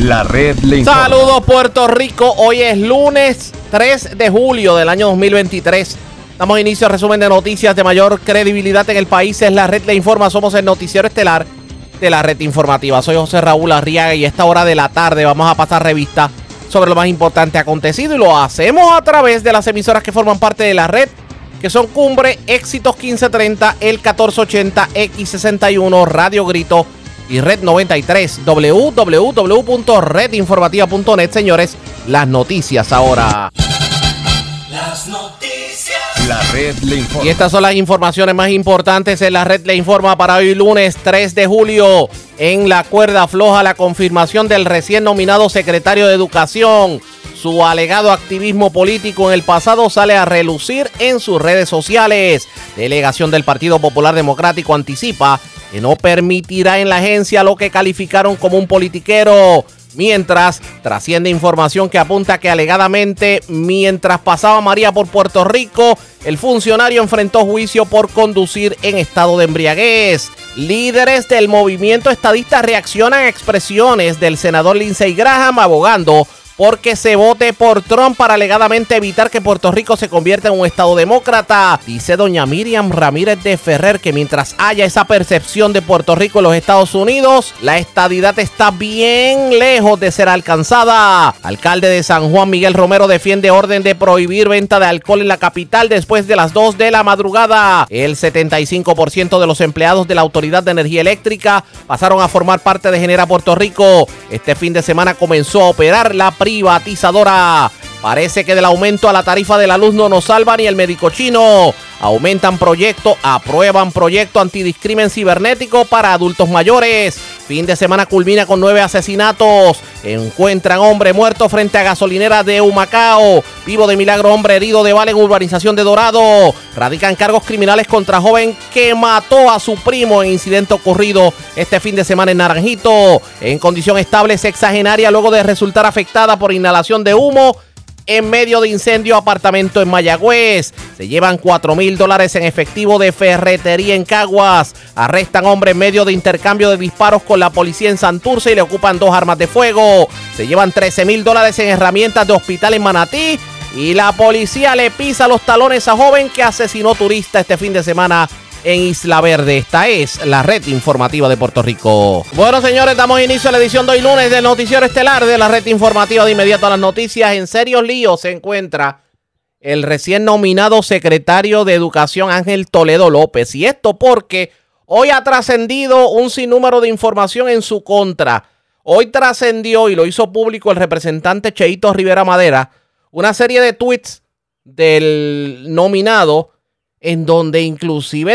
La red le informa. Saludos Puerto Rico, hoy es lunes 3 de julio del año 2023. Damos inicio al resumen de noticias de mayor credibilidad en el país. Es La red le informa, somos el noticiero estelar de la red informativa. Soy José Raúl Arriaga y a esta hora de la tarde vamos a pasar revista sobre lo más importante acontecido y lo hacemos a través de las emisoras que forman parte de la red, que son Cumbre, Éxitos 1530, El 1480, X61, Radio Grito y Red 93, www.redinformativa.net. Señores, las noticias ahora. Las noticias. La red le informa. Y estas son las informaciones más importantes en La red le informa para hoy lunes 3 de julio. En la cuerda floja la confirmación del recién nominado secretario de Educación. Su alegado activismo político en el pasado sale a relucir en sus redes sociales. Delegación del Partido Popular Democrático anticipa que no permitirá en la agencia lo que calificaron como un politiquero. Mientras, trasciende información que apunta que alegadamente, mientras pasaba María por Puerto Rico, el funcionario enfrentó juicio por conducir en estado de embriaguez. Líderes del movimiento estadista reaccionan a expresiones del senador Lindsey Graham abogando porque se vote por Trump para alegadamente evitar que Puerto Rico se convierta en un estado demócrata. Dice doña Miriam Ramírez de Ferrer que mientras haya esa percepción de Puerto Rico en los Estados Unidos, la estadidad está bien lejos de ser alcanzada. Alcalde de San Juan, Miguel Romero, defiende orden de prohibir venta de alcohol en la capital después de las 2 de la madrugada. El 75% de los empleados de la Autoridad de Energía Eléctrica pasaron a formar parte de Genera Puerto Rico. Este fin de semana comenzó a operar la privatizadora. Parece que del aumento a la tarifa de la luz no nos salva ni el médico chino. Aprueban proyecto antidiscrimen cibernético para adultos mayores. Fin de semana culmina con 9 asesinatos. Encuentran hombre muerto frente a gasolinera de Humacao. Vivo de milagro, hombre herido de bala en urbanización de Dorado. Radican cargos criminales contra joven que mató a su primo en incidente ocurrido este fin de semana en Naranjito. En condición estable, sexagenaria luego de resultar afectada por inhalación de humo en medio de incendio apartamento en Mayagüez. Se llevan $4,000 en efectivo de ferretería en Caguas. Arrestan hombre en medio de intercambio de disparos con la policía en Santurce y le ocupan 2 armas de fuego. Se llevan $13,000 en herramientas de hospital en Manatí. Y la policía le pisa los talones a joven que asesinó turista este fin de semana en Isla Verde. Esta es la red informativa de Puerto Rico. Bueno, señores, damos inicio a la edición de hoy lunes del noticiero estelar de la red informativa. De inmediato a las noticias. En serios líos se encuentra el recién nominado secretario de Educación Ángel Toledo López. Y esto porque hoy ha trascendido un sinnúmero de información en su contra. Hoy trascendió y lo hizo público el representante Cheito Rivera Madera una serie de tweets del nominado en donde inclusive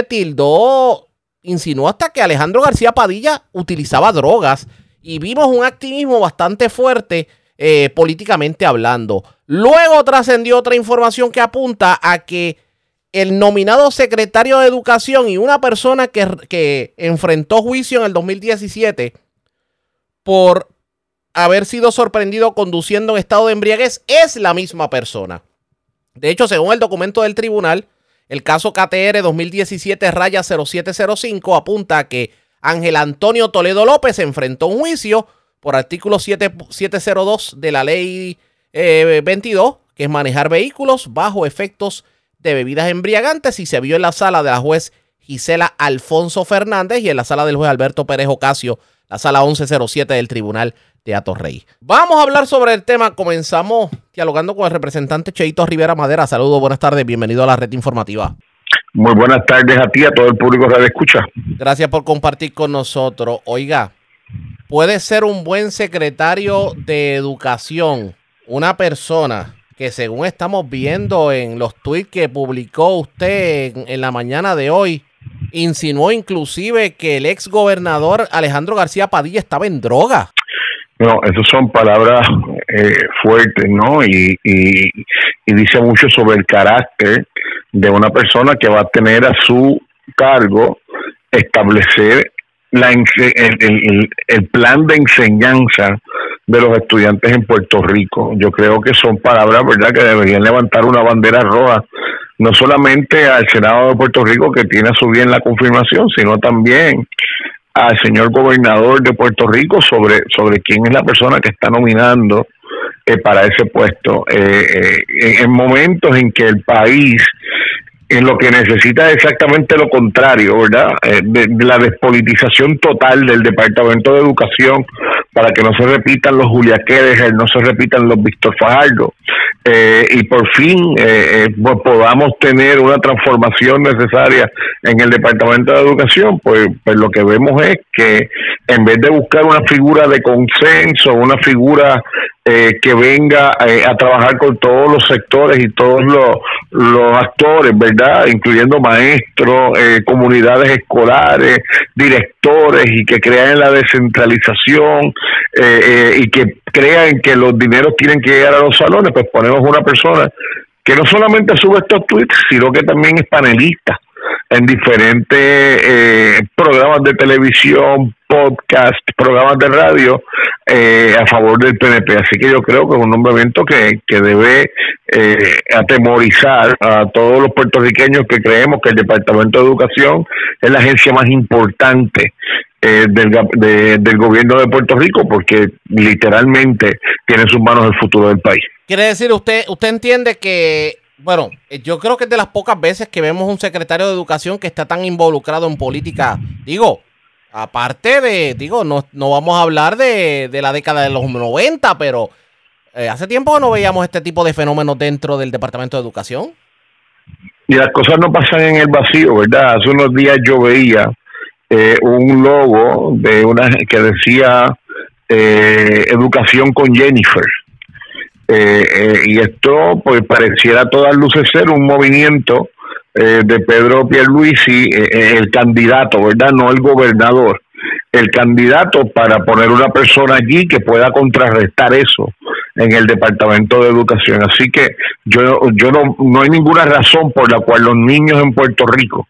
insinuó hasta que Alejandro García Padilla utilizaba drogas. Y vimos un activismo bastante fuerte políticamente hablando. Luego trascendió otra información que apunta a que el nominado secretario de Educación y una persona que enfrentó juicio en el 2017 por haber sido sorprendido conduciendo en estado de embriaguez es la misma persona. De hecho, según el documento del tribunal, el caso KTR 2017-0705 apunta a que Ángel Antonio Toledo López enfrentó un juicio por artículo 702 de la ley 22, que es manejar vehículos bajo efectos de bebidas embriagantes, y se vio en la sala de la juez Gisela Alfonso Fernández y en la sala del juez Alberto Pérez Ocasio, la sala 1107 del Tribunal de Atorrey. Vamos a hablar sobre el tema. Comenzamos dialogando con el representante Cheito Rivera Madera. Saludos, buenas tardes, bienvenido a la red informativa. Muy buenas tardes a ti, a todo el público que te escucha. Gracias por compartir con nosotros. Oiga, puede ser un buen secretario de Educación una persona que, según estamos viendo en los tweets que publicó usted en la mañana de hoy, insinuó inclusive que el ex gobernador Alejandro García Padilla estaba en droga. No, esas son palabras fuertes, ¿no? Y dice mucho sobre el carácter de una persona que va a tener a su cargo establecer el plan de enseñanza de los estudiantes en Puerto Rico. Yo creo que son palabras, ¿verdad?, que deberían levantar una bandera roja, no solamente al Senado de Puerto Rico, que tiene a su bien la confirmación, sino también al señor gobernador de Puerto Rico sobre quién es la persona que está nominando para ese puesto. En momentos en que el país en lo que necesita es exactamente lo contrario, ¿verdad? De la despolitización total del Departamento de Educación para que no se repitan los Julia Keller, no se repitan los Víctor Fajardo, y por fin podamos tener una transformación necesaria en el Departamento de Educación. Pues lo que vemos es que en vez de buscar una figura de consenso, una figura que venga a trabajar con todos los sectores y todos los actores, ¿verdad? Incluyendo maestros, comunidades escolares, directores, y que crean en la descentralización y que crean que los dineros tienen que llegar a los salones, pues ponemos una persona que no solamente sube estos tweets, sino que también es panelista en diferentes programas de televisión, podcast, programas de radio a favor del PNP. Así que yo creo que es un nombramiento que debe atemorizar a todos los puertorriqueños que creemos que el Departamento de Educación es la agencia más importante del gobierno de Puerto Rico, porque literalmente tiene en sus manos el futuro del país. Quiere decir, usted entiende que, bueno, yo creo que es de las pocas veces que vemos un secretario de Educación que está tan involucrado en política. Digo, aparte de, no vamos a hablar de la década de los 90, pero hace tiempo que no veíamos este tipo de fenómenos dentro del Departamento de Educación. Y las cosas no pasan en el vacío, ¿verdad? Hace unos días yo veía un logo de una que decía Educación con Jennifer. Y esto pues pareciera a todas luces ser un movimiento de Pedro Pierluisi, el candidato, ¿verdad? No el gobernador, el candidato, para poner una persona allí que pueda contrarrestar eso en el Departamento de Educación. Así que yo no hay ninguna razón por la cual los niños en Puerto Rico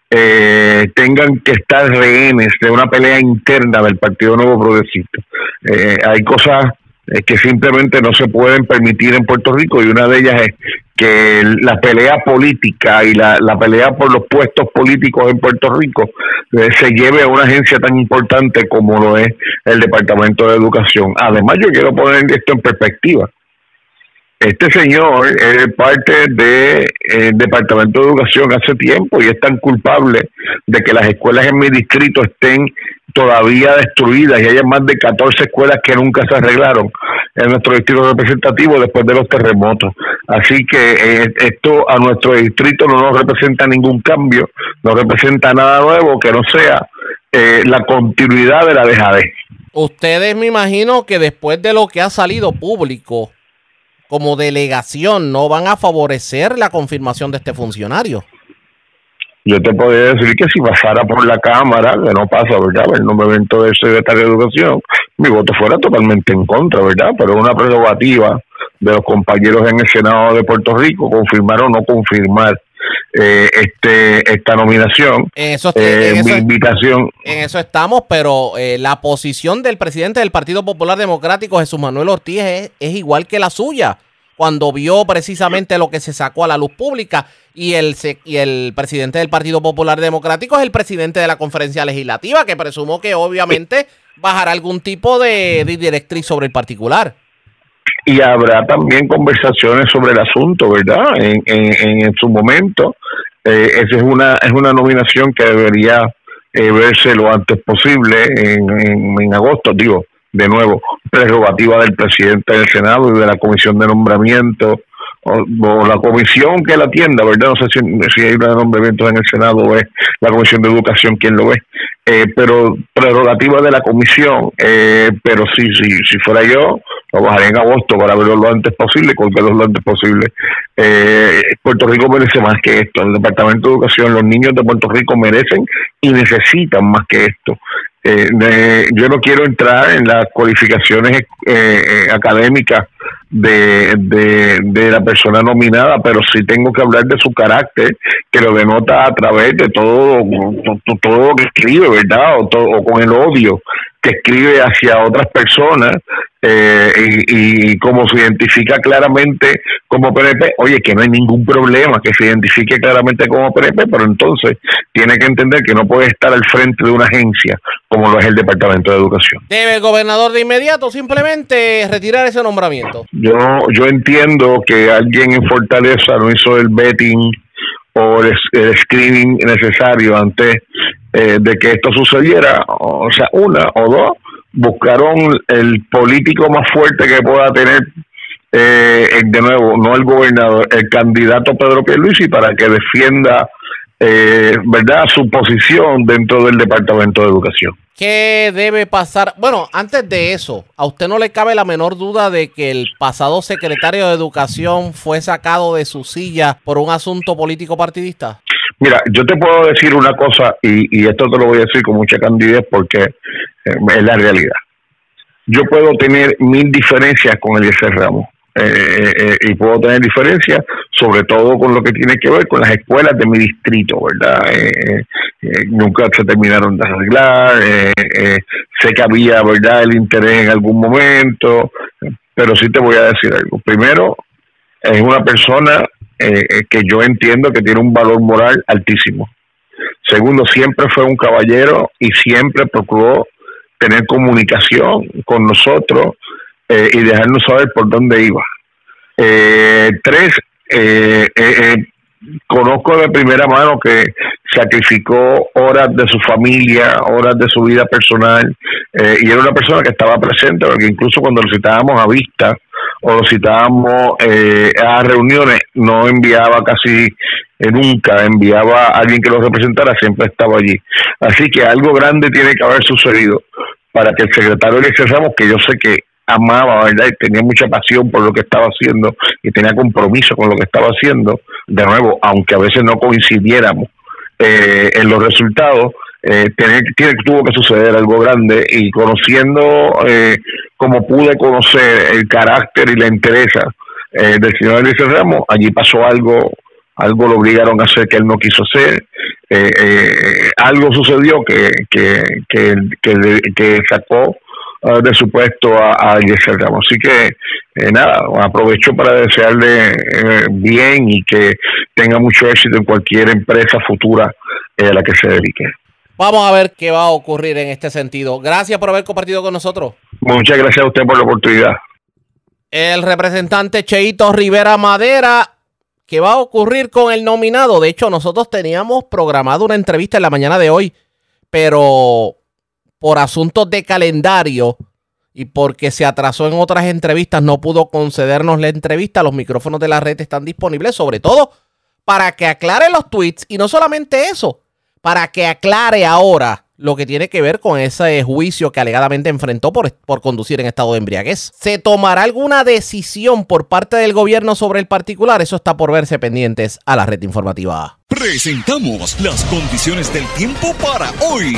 tengan que estar rehenes de una pelea interna del Partido Nuevo Progresista. Hay cosas que simplemente no se pueden permitir en Puerto Rico, y una de ellas es que la pelea política y la pelea por los puestos políticos en Puerto Rico se lleve a una agencia tan importante como lo es el Departamento de Educación. Además, yo quiero poner esto en perspectiva. Este señor es parte del Departamento de Educación hace tiempo y es tan culpable de que las escuelas en mi distrito estén todavía destruidas y haya más de 14 escuelas que nunca se arreglaron en nuestro distrito representativo después de los terremotos. Así que esto a nuestro distrito no nos representa ningún cambio, no representa nada nuevo que no sea la continuidad de la dejadez. Ustedes, me imagino que después de lo que ha salido público como delegación, no van a favorecer la confirmación de este funcionario. Yo te podría decir que si pasara por la Cámara, que no pasa, ¿verdad?, el nombramiento del secretario de Educación, mi voto fuera totalmente en contra, ¿verdad? Pero es una prerrogativa de los compañeros en el Senado de Puerto Rico confirmar o no confirmar esta nominación. Mi invitación. En eso estamos, pero la posición del presidente del Partido Popular Democrático, Jesús Manuel Ortiz, es igual que la suya, cuando vio precisamente lo que se sacó a la luz pública, y el presidente del Partido Popular Democrático es el presidente de la Conferencia Legislativa, que presumo que obviamente bajará algún tipo de directriz sobre el particular. Y habrá también conversaciones sobre el asunto, ¿verdad? En su momento. Esa es una nominación que debería verse lo antes posible en agosto, digo, de nuevo, prerrogativa del presidente del Senado y de la Comisión de Nombramiento, o la comisión que la atienda, ¿verdad? No sé si hay nombramientos en el Senado o es la Comisión de Educación quien lo ve, pero prerrogativa de la comisión, pero si fuera yo, lo bajaré en agosto para verlo lo antes posible, colgarlo lo antes posible. Puerto Rico merece más que esto, el Departamento de Educación, los niños de Puerto Rico merecen y necesitan más que esto. Yo no quiero entrar en las cualificaciones académicas de la persona nominada, pero sí tengo que hablar de su carácter, que lo denota a través de todo lo que escribe, ¿verdad? O con el odio que escribe hacia otras personas y como se identifica claramente como PNP, oye, que no hay ningún problema que se identifique claramente como PNP, pero entonces tiene que entender que no puede estar al frente de una agencia como lo es el Departamento de Educación. ¿Debe el gobernador de inmediato simplemente retirar ese nombramiento? Yo entiendo que alguien en Fortaleza no hizo el vetting o el screening necesario antes de que esto sucediera, o sea, una o dos, buscaron el político más fuerte que pueda tener, de nuevo, no el gobernador, el candidato Pedro Pierluisi, para que defienda, verdad, su posición dentro del Departamento de Educación. ¿Qué debe pasar? Bueno, antes de eso, ¿a usted no le cabe la menor duda de que el pasado secretario de Educación fue sacado de su silla por un asunto político partidista? Mira, yo te puedo decir una cosa, y esto te lo voy a decir con mucha candidez porque es la realidad. Yo puedo tener 1000 diferencias con Eliezer Ramos, y puedo tener diferencias sobre todo con lo que tiene que ver con las escuelas de mi distrito, ¿verdad? Nunca se terminaron de arreglar, sé que había, ¿verdad?, el interés en algún momento, pero sí te voy a decir algo. Primero, es una persona que yo entiendo que tiene un valor moral altísimo. Segundo, siempre fue un caballero y siempre procuró tener comunicación con nosotros y dejarnos saber por dónde iba. Tres, conozco de primera mano que sacrificó horas de su familia, horas de su vida personal, y era una persona que estaba presente, porque incluso cuando lo citábamos a vista o lo citábamos a reuniones, no enviaba casi nunca, enviaba a alguien que lo representara, siempre estaba allí. Así que algo grande tiene que haber sucedido para que el secretario Eliezer Ramos, que yo sé que amaba, ¿verdad?, y tenía mucha pasión por lo que estaba haciendo y tenía compromiso con lo que estaba haciendo, de nuevo, aunque a veces no coincidiéramos en los resultados, tuvo que suceder algo grande, y conociendo como pude conocer el carácter y la entereza del señor Eliezer Ramos, allí pasó algo lo obligaron a hacer que él no quiso hacer, algo sucedió que sacó de su puesto a Eliezer Ramos. Así que nada, aprovecho para desearle bien y que tenga mucho éxito en cualquier empresa futura a la que se dedique. Vamos a ver qué va a ocurrir en este sentido. Gracias por haber compartido con nosotros. Muchas gracias a usted por la oportunidad. El representante Cheito Rivera Madera, ¿qué va a ocurrir con el nominado? De hecho, nosotros teníamos programado una entrevista en la mañana de hoy, pero por asuntos de calendario y porque se atrasó en otras entrevistas, no pudo concedernos la entrevista. Los micrófonos de la red están disponibles, sobre todo para que aclare los tweets, y no solamente eso, para que aclare ahora lo que tiene que ver con ese juicio que alegadamente enfrentó por conducir en estado de embriaguez. ¿Se tomará alguna decisión por parte del gobierno sobre el particular? Eso está por verse, pendientes a la red informativa. Presentamos las condiciones del tiempo para hoy.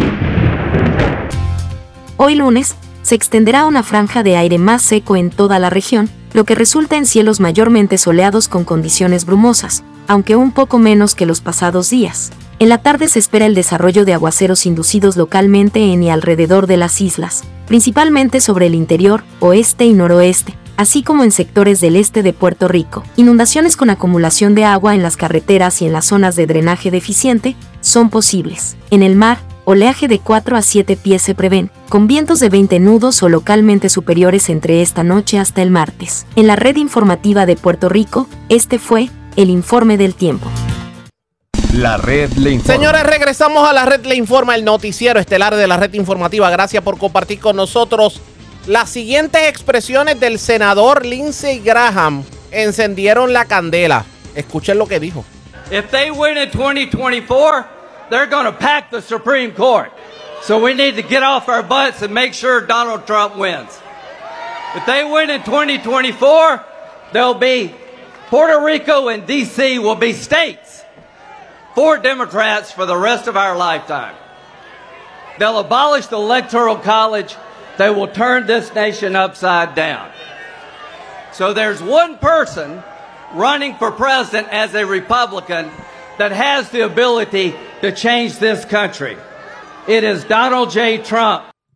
Hoy lunes, se extenderá una franja de aire más seco en toda la región, lo que resulta en cielos mayormente soleados con condiciones brumosas, aunque un poco menos que los pasados días. En la tarde se espera el desarrollo de aguaceros inducidos localmente en y alrededor de las islas, principalmente sobre el interior, oeste y noroeste, así como en sectores del este de Puerto Rico. Inundaciones con acumulación de agua en las carreteras y en las zonas de drenaje deficiente son posibles. En el mar, oleaje de 4 a 7 pies se prevén, con vientos de 20 nudos o localmente superiores entre esta noche hasta el martes. En la red informativa de Puerto Rico, este fue el informe del tiempo. La red le informa. Señores, regresamos a la red le informa, el noticiero estelar de la red informativa. Gracias por compartir con nosotros. Las siguientes expresiones del senador Lindsey Graham encendieron la candela. Escuchen lo que dijo. If they win in 2024, they're going to pack the Supreme Court. So we need to get off our butts and make sure Donald Trump wins. If they win in 2024, there'll be Puerto Rico and D.C. will be states for Democrats for the rest of our lifetime. They'll abolish the Electoral College. They will turn this nation upside down. So there's one person running for president as a Republican that has the ability to change this country. It is Donald J. Trump.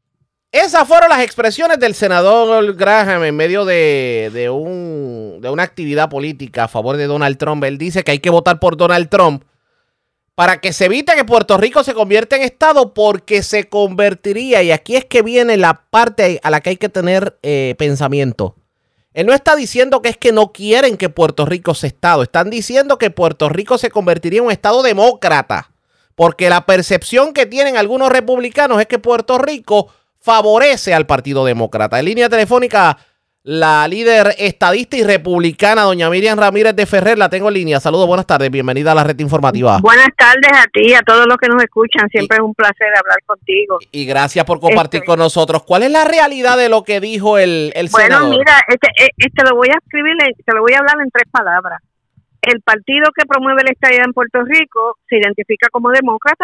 Esas fueron las expresiones del senador Graham en medio de una actividad política a favor de Donald Trump. Él dice que hay que votar por Donald Trump para que se evite que Puerto Rico se convierta en estado, porque se convertiría, y aquí es que viene la parte a la que hay que tener pensamiento. Él no está diciendo que es que no quieren que Puerto Rico sea estado, están diciendo que Puerto Rico se convertiría en un estado demócrata, porque la percepción que tienen algunos republicanos es que Puerto Rico favorece al Partido Demócrata. En línea telefónica, la líder estadista y republicana, doña Miriam Ramírez de Ferrer, la tengo en línea. Saludos, buenas tardes, bienvenida a la red informativa. Buenas tardes a ti y a todos los que nos escuchan, siempre es un placer hablar contigo. Y gracias por compartir con nosotros. ¿Cuál es la realidad de lo que dijo el senador? Bueno, mira, lo voy a escribir, te lo voy a hablar en 3 palabras. El partido que promueve la estadidad en Puerto Rico se identifica como demócrata.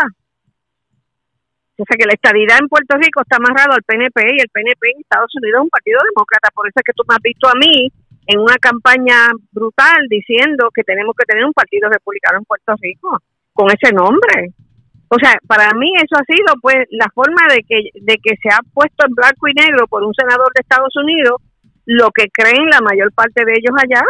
O sea que la estadidad en Puerto Rico está amarrado al PNP, y el PNP en Estados Unidos es un partido demócrata. Por eso es que tú me has visto a mí en una campaña brutal diciendo que tenemos que tener un partido republicano en Puerto Rico con ese nombre. O sea, para mí eso ha sido pues la forma de que se ha puesto en blanco y negro por un senador de Estados Unidos lo que creen la mayor parte de ellos allá.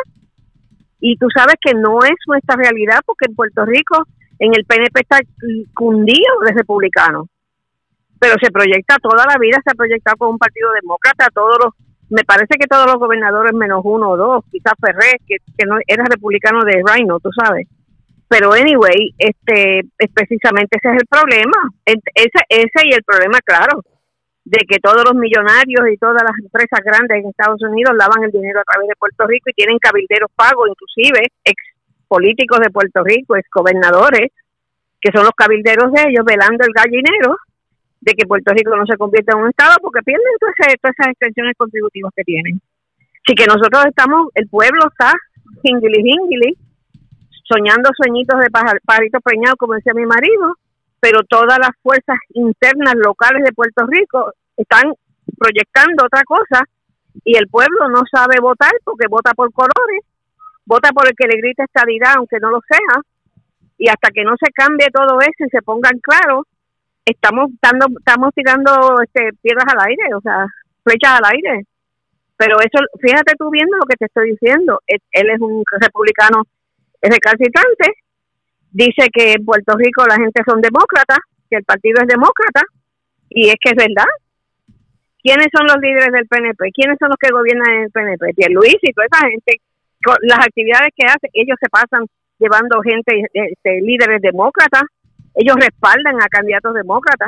Y tú sabes que no es nuestra realidad, porque en Puerto Rico en el PNP está cundido de republicanos. Pero se proyecta toda la vida, se ha proyectado como un partido demócrata. Me parece que todos los gobernadores menos 1 o 2, quizás Ferrer, que no era republicano de Rhino, tú sabes. Pero anyway, es precisamente ese es el problema. Ese y el problema, claro, de que todos los millonarios y todas las empresas grandes en Estados Unidos lavan el dinero a través de Puerto Rico y tienen cabilderos pagos, inclusive ex políticos de Puerto Rico, ex gobernadores, que son los cabilderos de ellos, velando el gallinero de que Puerto Rico no se convierta en un estado, porque pierden todas esas extensiones contributivas que tienen. Así que nosotros el pueblo está jingili, soñando sueñitos de pajaritos preñados, como decía mi marido, pero todas las fuerzas internas locales de Puerto Rico están proyectando otra cosa, y el pueblo no sabe votar porque vota por colores, vota por el que le grita estadidad aunque no lo sea, y hasta que no se cambie todo eso y se pongan claros, estamos tirando piedras al aire, o sea, flechas al aire. Pero eso, fíjate tú viendo lo que te estoy diciendo. Él es un republicano recalcitrante, dice que en Puerto Rico la gente son demócratas, que el partido es demócrata, y es que es verdad. ¿Quiénes son los líderes del PNP? ¿Quiénes son los que gobiernan en el PNP? Pierluisi y toda esa gente. Con las actividades que hacen, ellos se pasan llevando gente, líderes demócratas. Ellos respaldan a candidatos demócratas.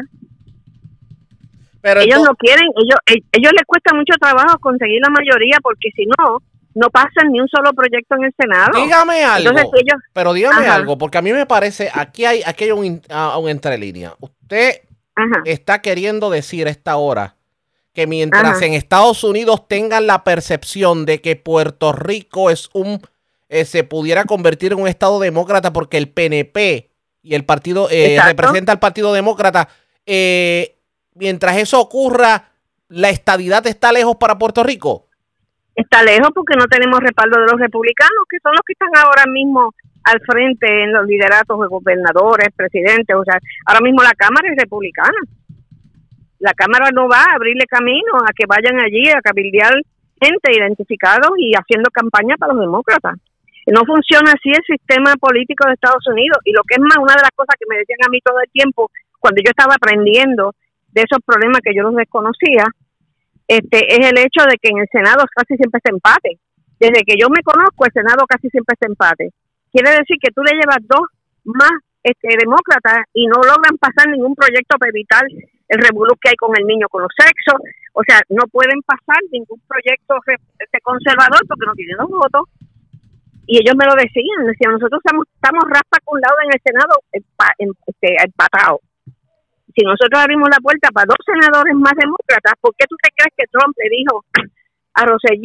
Pero ellos no quieren, ellos les cuesta mucho trabajo conseguir la mayoría, porque si no pasan ni un solo proyecto en el Senado. Dígame algo. Entonces, pero dígame algo, porque a mí me parece, aquí hay un entrelínea. Usted está queriendo decir a esta hora que mientras en Estados Unidos tengan la percepción de que Puerto Rico se pudiera convertir en un estado demócrata porque el PNP y el partido representa al Partido Demócrata, mientras eso ocurra, ¿la estadidad está lejos para Puerto Rico? Está lejos porque no tenemos respaldo de los republicanos, que son los que están ahora mismo al frente en los lideratos de gobernadores, presidentes. O sea, ahora mismo la Cámara es republicana. La Cámara no va a abrirle camino a que vayan allí a cabildear gente identificados y haciendo campaña para los demócratas. No funciona así el sistema político de Estados Unidos. Y lo que es más, una de las cosas que me decían a mí todo el tiempo, cuando yo estaba aprendiendo de esos problemas que yo los desconocía, es el hecho de que en el Senado casi siempre se empate. Desde que yo me conozco, el Senado casi siempre se empate. Quiere decir que tú le llevas 2 más demócratas y no logran pasar ningún proyecto para evitar el revolú que hay con el niño con los sexos. O sea, no pueden pasar ningún proyecto conservador porque no tienen los votos. Y ellos me lo decían, nosotros estamos raspa con un lado en el Senado empatados. Si nosotros abrimos la puerta para 2 senadores más demócratas, ¿por qué tú te crees que Trump le dijo a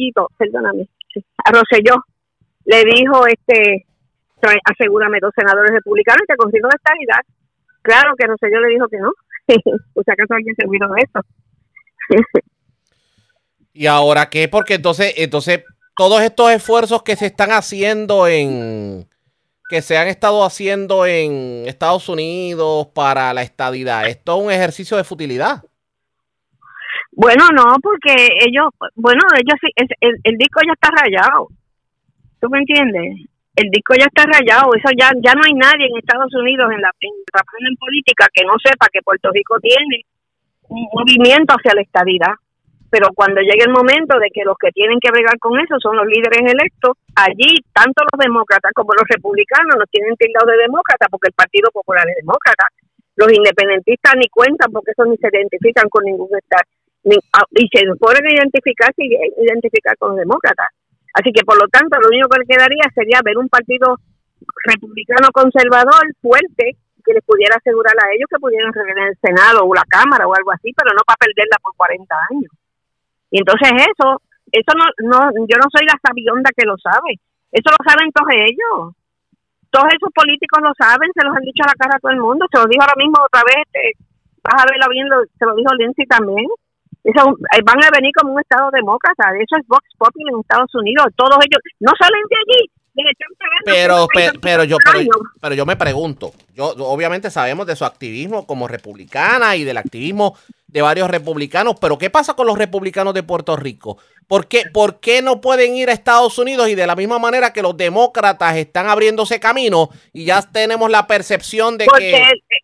Rosselló, le dijo, asegúrame 2 senadores republicanos y te consigo la estabilidad? Claro que Rosselló le dijo que no. O sea, ¿acaso alguien se olvidó de eso? ¿Y ahora qué? Porque entonces todos estos esfuerzos que se están haciendo que se han estado haciendo en Estados Unidos para la estadidad, ¿esto es un ejercicio de futilidad? Bueno, no, porque ellos sí, el disco ya está rayado. ¿Tú me entiendes? El disco ya está rayado. Eso ya no hay nadie en Estados Unidos trabajando en política que no sepa que Puerto Rico tiene un movimiento hacia la estadidad. Pero cuando llegue el momento de que los que tienen que bregar con eso son los líderes electos, allí tanto los demócratas como los republicanos nos tienen tildados de demócratas porque el Partido Popular es demócrata. Los independentistas ni cuentan porque esos ni se identifican con ningún estado. Y se pueden identificar con los demócratas. Así que por lo tanto lo único que le quedaría sería ver un partido republicano conservador fuerte que les pudiera asegurar a ellos que pudieran retener el Senado o la Cámara o algo así, pero no para perderla por 40 años. Y entonces eso no, yo no soy la sabionda que lo sabe. Eso lo saben todos ellos. Todos esos políticos lo saben, se los han dicho a la cara a todo el mundo. Se lo dijo ahora mismo otra vez, vas a verlo viendo, se lo dijo Lindsay también. Eso, van a venir como un estado demócrata. Eso es Vox Populi en Estados Unidos. Todos ellos no salen de allí. Pero yo me pregunto, obviamente sabemos de su activismo como republicana y del activismo de varios republicanos, pero ¿qué pasa con los republicanos de Puerto Rico? ¿Por qué no pueden ir a Estados Unidos? Y de la misma manera que los demócratas están abriéndose camino y ya tenemos la percepción de porque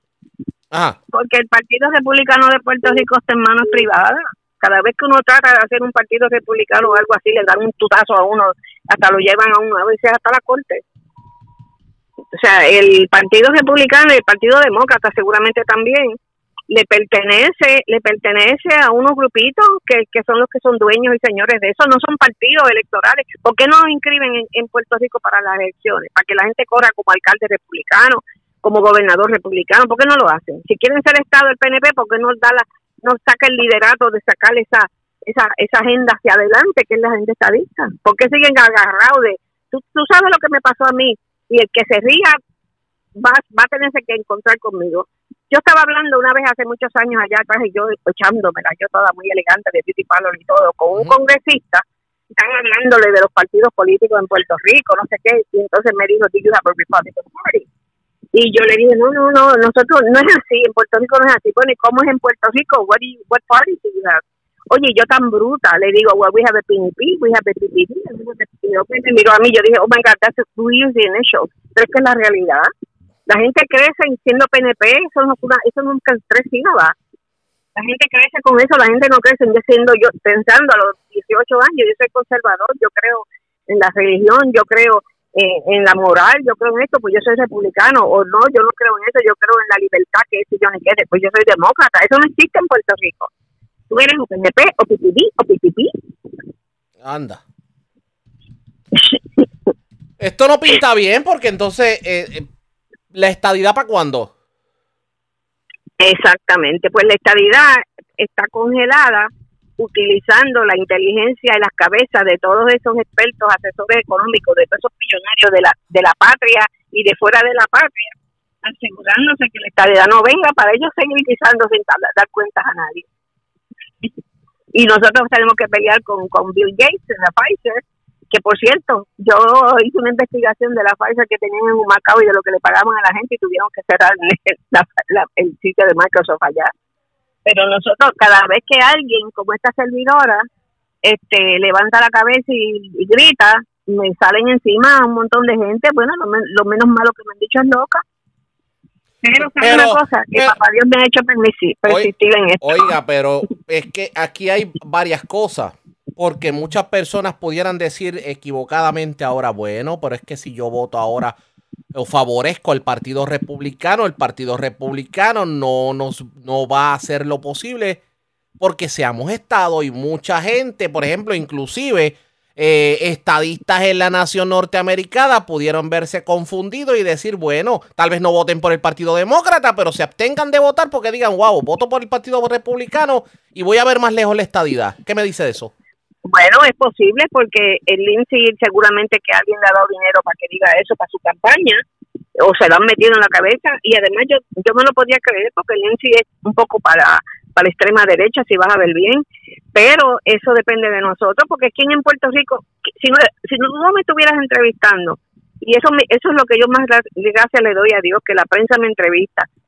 el Partido Republicano de Puerto Rico está en manos privadas. Cada vez que uno trata de hacer un partido republicano o algo así, le dan un tutazo a uno, hasta lo llevan a uno, a veces hasta la corte. O sea, el Partido Republicano y el Partido Demócrata seguramente también le pertenece a unos grupitos que son los que son dueños y señores de eso. No son partidos electorales. ¿Por qué no inscriben en Puerto Rico para las elecciones? Para que la gente corra como alcalde republicano, como gobernador republicano. ¿Por qué no lo hacen? Si quieren ser Estado del PNP, ¿por qué no saca el liderato de sacar esa agenda hacia adelante, que es la agenda estadista? ¿Por qué siguen agarrados de... Tú sabes lo que me pasó a mí, y el que se ría va a tenerse que encontrar conmigo. Yo estaba hablando una vez hace muchos años allá atrás, y yo echándomela, yo toda muy elegante de beauty parlor y todo, con un congresista, están hablándole de los partidos políticos en Puerto Rico, no sé qué, y entonces me dijo, "Do you have a Republican Party?" Y yo le dije, no, nosotros no es así, en Puerto Rico no es así. Bueno, ¿y cómo es en Puerto Rico? What party do you have? Oye, yo tan bruta, le digo, well, we have a PNP, we have a PPP. Y me miró a mí, yo dije, oh my God, that's who use the initials. Pero es que es la realidad. La gente crece siendo PNP, eso nunca es 3 sílabas. La gente crece con eso, la gente no crece yo pensando a los 18 años, yo soy conservador, yo creo en la religión, yo creo en la moral, yo creo en esto, pues yo soy republicano, o no, yo no creo en eso, yo creo en la libertad que es John Kennedy, pues yo soy demócrata. Eso no existe en Puerto Rico. Tú eres un PNP o PPP. Anda. Esto no pinta bien, porque entonces ¿la estadidad para cuándo? Exactamente, pues la estadidad está congelada utilizando la inteligencia y las cabezas de todos esos expertos, asesores económicos, de todos esos millonarios de la patria y de fuera de la patria, asegurándose que la estadidad no venga para ellos seguir guisando sin dar cuentas a nadie. Y nosotros tenemos que pelear con Bill Gates en la Pfizer, que por cierto, yo hice una investigación de la Pfizer que tenían en Humacao y de lo que le pagaban a la gente y tuvieron que cerrar el sitio de Microsoft allá. Pero nosotros, cada vez que alguien como esta servidora levanta la cabeza y grita, me salen encima un montón de gente. Bueno, lo menos malo que me han dicho es loca. Pero ¿sabes una cosa? Que papá Dios me ha hecho persistir en esto. Oiga, pero es que aquí hay varias cosas. Porque muchas personas pudieran decir equivocadamente ahora, bueno, pero es que si yo voto ahora o favorezco al Partido Republicano, el Partido Republicano no va a hacer lo posible porque seamos Estado, y mucha gente, por ejemplo, inclusive estadistas en la nación norteamericana pudieron verse confundidos y decir, bueno, tal vez no voten por el Partido Demócrata, pero se abstengan de votar porque digan, wow, voto por el Partido Republicano y voy a ver más lejos la estadidad. ¿Qué me dice de eso? Bueno, es posible porque el Lindsay seguramente que alguien le ha dado dinero para que diga eso para su campaña, o se lo han metido en la cabeza, y además yo me lo podía creer porque el Lindsay es un poco para la extrema derecha, si vas a ver bien, pero eso depende de nosotros, porque aquí en Puerto Rico, si no me estuvieras entrevistando, y eso es lo que yo más gracias le doy a Dios, que la prensa me entrevista,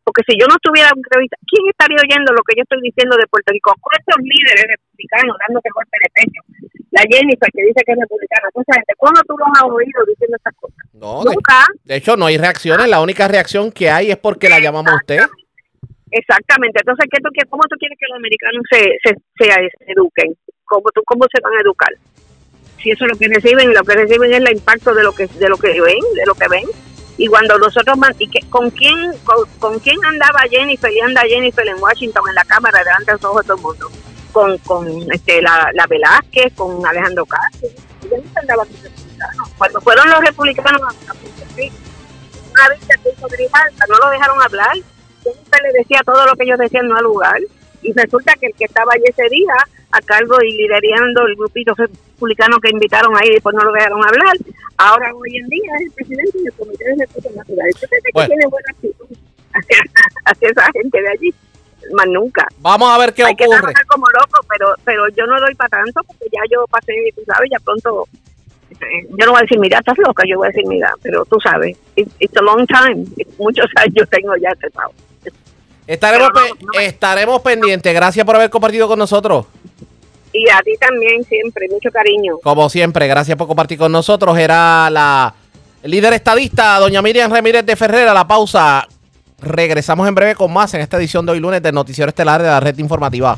porque si yo no estuviera entrevista, ¿quién estaría oyendo lo que yo estoy diciendo de Puerto Rico? Con estos líderes republicanos dándote golpe de pecho. La Jennifer que dice que es republicana, esa gente, ¿cuándo tú los has oído diciendo estas cosas? No, Nunca. de hecho, no hay reacciones. La única reacción que hay es porque la llamamos a usted. Exactamente. Entonces, ¿cómo tú quieres que los americanos se eduquen? ¿Cómo se van a educar? Si eso es lo que reciben es el impacto de lo que ven. Y cuando nosotros ¿con quién andaba Jennifer y anda Jennifer en Washington en la cámara delante de los ojos de todo el mundo? Con la Velázquez, con Alejandro Castro. Jennifer andaba con republicanos. Cuando fueron los republicanos a Puerto Rico, una vista que hizo Grijalva, no lo dejaron hablar. Jennifer le decía todo lo que ellos decían no al lugar. Y resulta que el que estaba allí ese día a cargo y liderando el grupito republicano que invitaron ahí, después no lo dejaron hablar. Ahora, hoy en día, es el presidente del Comité de Recursos Naturales. Yo pensé que tiene buena actitud hacia esa gente de allí, más nunca. Vamos a ver qué Hay ocurre. que trabajar como loco, pero yo no doy para tanto, porque ya yo pasé, tú sabes, ya pronto. Yo no voy a decir, mira, estás loca, yo voy a decir, mira, pero tú sabes, it's a long time, muchos años tengo ya tratado. Estaremos pendientes. Gracias por haber compartido con nosotros. Y a ti también, siempre, mucho cariño. Como siempre, gracias por compartir con nosotros. Era la líder estadista, doña Miriam Ramírez de Ferrera. La pausa. Regresamos en breve con más en esta edición de hoy lunes del Noticiero Estelar de la Red Informativa.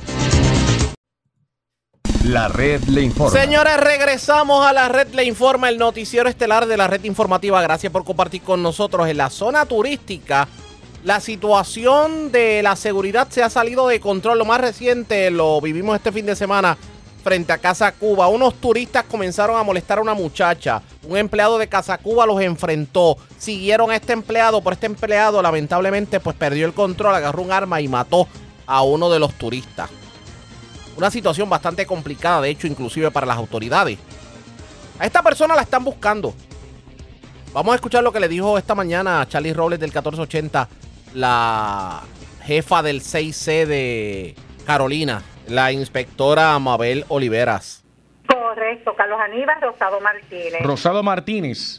La Red Le Informa. Señores, regresamos a la Red Le Informa, el Noticiero Estelar de la Red Informativa. Gracias por compartir con nosotros. En la zona turística, la situación de la seguridad se ha salido de control. Lo más reciente lo vivimos este fin de semana frente a Casa Cuba. Unos turistas comenzaron a molestar a una muchacha. Un empleado de Casa Cuba los enfrentó. Siguieron a este empleado, pero este empleado lamentablemente pues perdió el control, agarró un arma y mató a uno de los turistas. Una situación bastante complicada, de hecho, inclusive para las autoridades. A esta persona la están buscando. Vamos a escuchar lo que le dijo esta mañana a Charlie Robles del 1480, la jefa del 6C de Carolina, la inspectora Mabel Oliveras. Correcto, Carlos Aníbal Rosado Martínez. Rosado Martínez.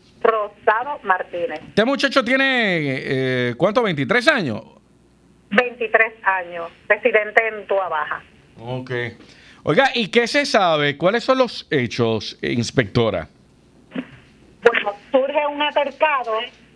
Este muchacho tiene, ¿cuánto? ¿23 años? 23 años, residente en Tua Baja. Ok. Oiga, ¿y qué se sabe? ¿Cuáles son los hechos, inspectora? Bueno, surge un altercado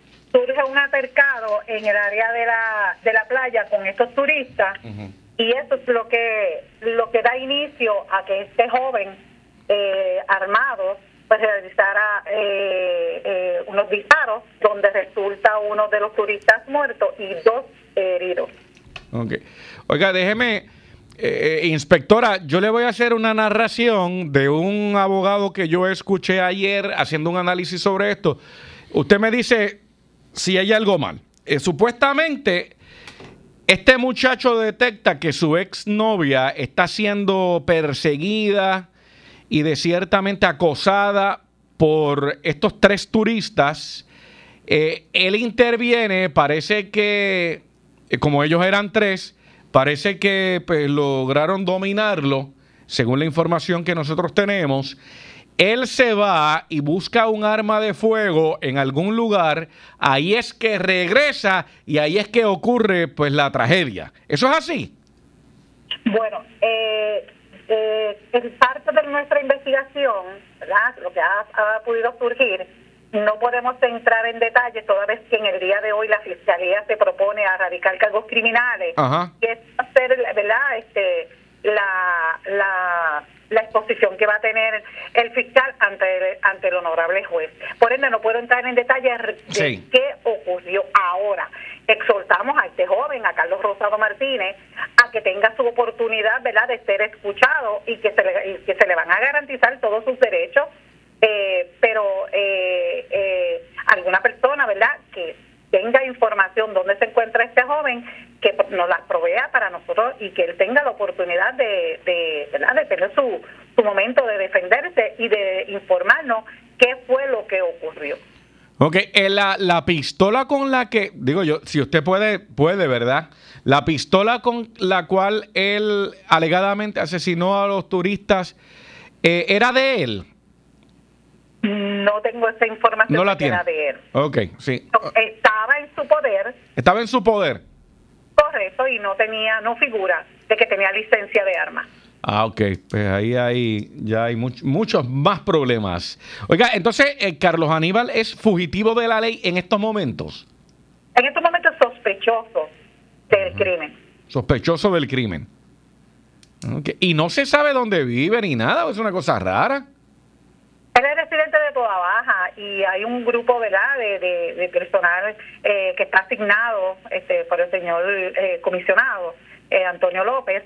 en el área de la playa con estos turistas. Uh-huh. Y eso es lo que da inicio a que este joven armado pues realizara unos disparos donde resulta uno de los turistas muertos y 2 heridos. Okay. Oiga, déjeme, inspectora, yo le voy a hacer una narración de un abogado que yo escuché ayer haciendo un análisis sobre esto. Usted me dice si hay algo mal. Supuestamente, este muchacho detecta que su exnovia está siendo perseguida y ciertamente acosada por estos 3 turistas. Él interviene, parece que, como ellos eran 3, parece que pues, lograron dominarlo, según la información que nosotros tenemos. Él se va y busca un arma de fuego en algún lugar, ahí es que regresa y ahí es que ocurre pues la tragedia. ¿Eso es así? Bueno, en parte de nuestra investigación, ¿verdad? Lo que ha podido surgir, no podemos entrar en detalles toda vez que en el día de hoy la Fiscalía se propone a radicar cargos criminales. Ajá. Que es hacer, ¿verdad? La exposición que va a tener el fiscal ante el honorable juez. Por ende, no puedo entrar en detalles de qué ocurrió ahora. Exhortamos a este joven, a Carlos Rosado Martínez, a que tenga su oportunidad, ¿verdad?, de ser escuchado y que se le van a garantizar todos sus derechos, pero alguna persona, ¿verdad?, que tenga información dónde se encuentra este joven, que nos las provea para nosotros y que él tenga la oportunidad de tener su momento de defenderse y de informarnos qué fue lo que ocurrió. Ok, la pistola con la que, digo yo, si usted puede, ¿verdad? La pistola con la cual él alegadamente asesinó a los turistas, ¿era de él? No no tengo esa información. No la tiene. De él. Ok, sí. Estaba en su poder. Estaba en su poder. Correcto, y no figura de que tenía licencia de armas. Ah, ok, pues ahí ya hay muchos más problemas. Oiga, entonces, ¿Carlos Aníbal es fugitivo de la ley en estos momentos? En estos momentos sospechoso del crimen. Sospechoso del crimen. Okay. Y no se sabe dónde vive ni nada, es una cosa rara. Él es residente de Toda Baja y hay un grupo, ¿verdad?, de personal que está asignado por el señor comisionado Antonio López,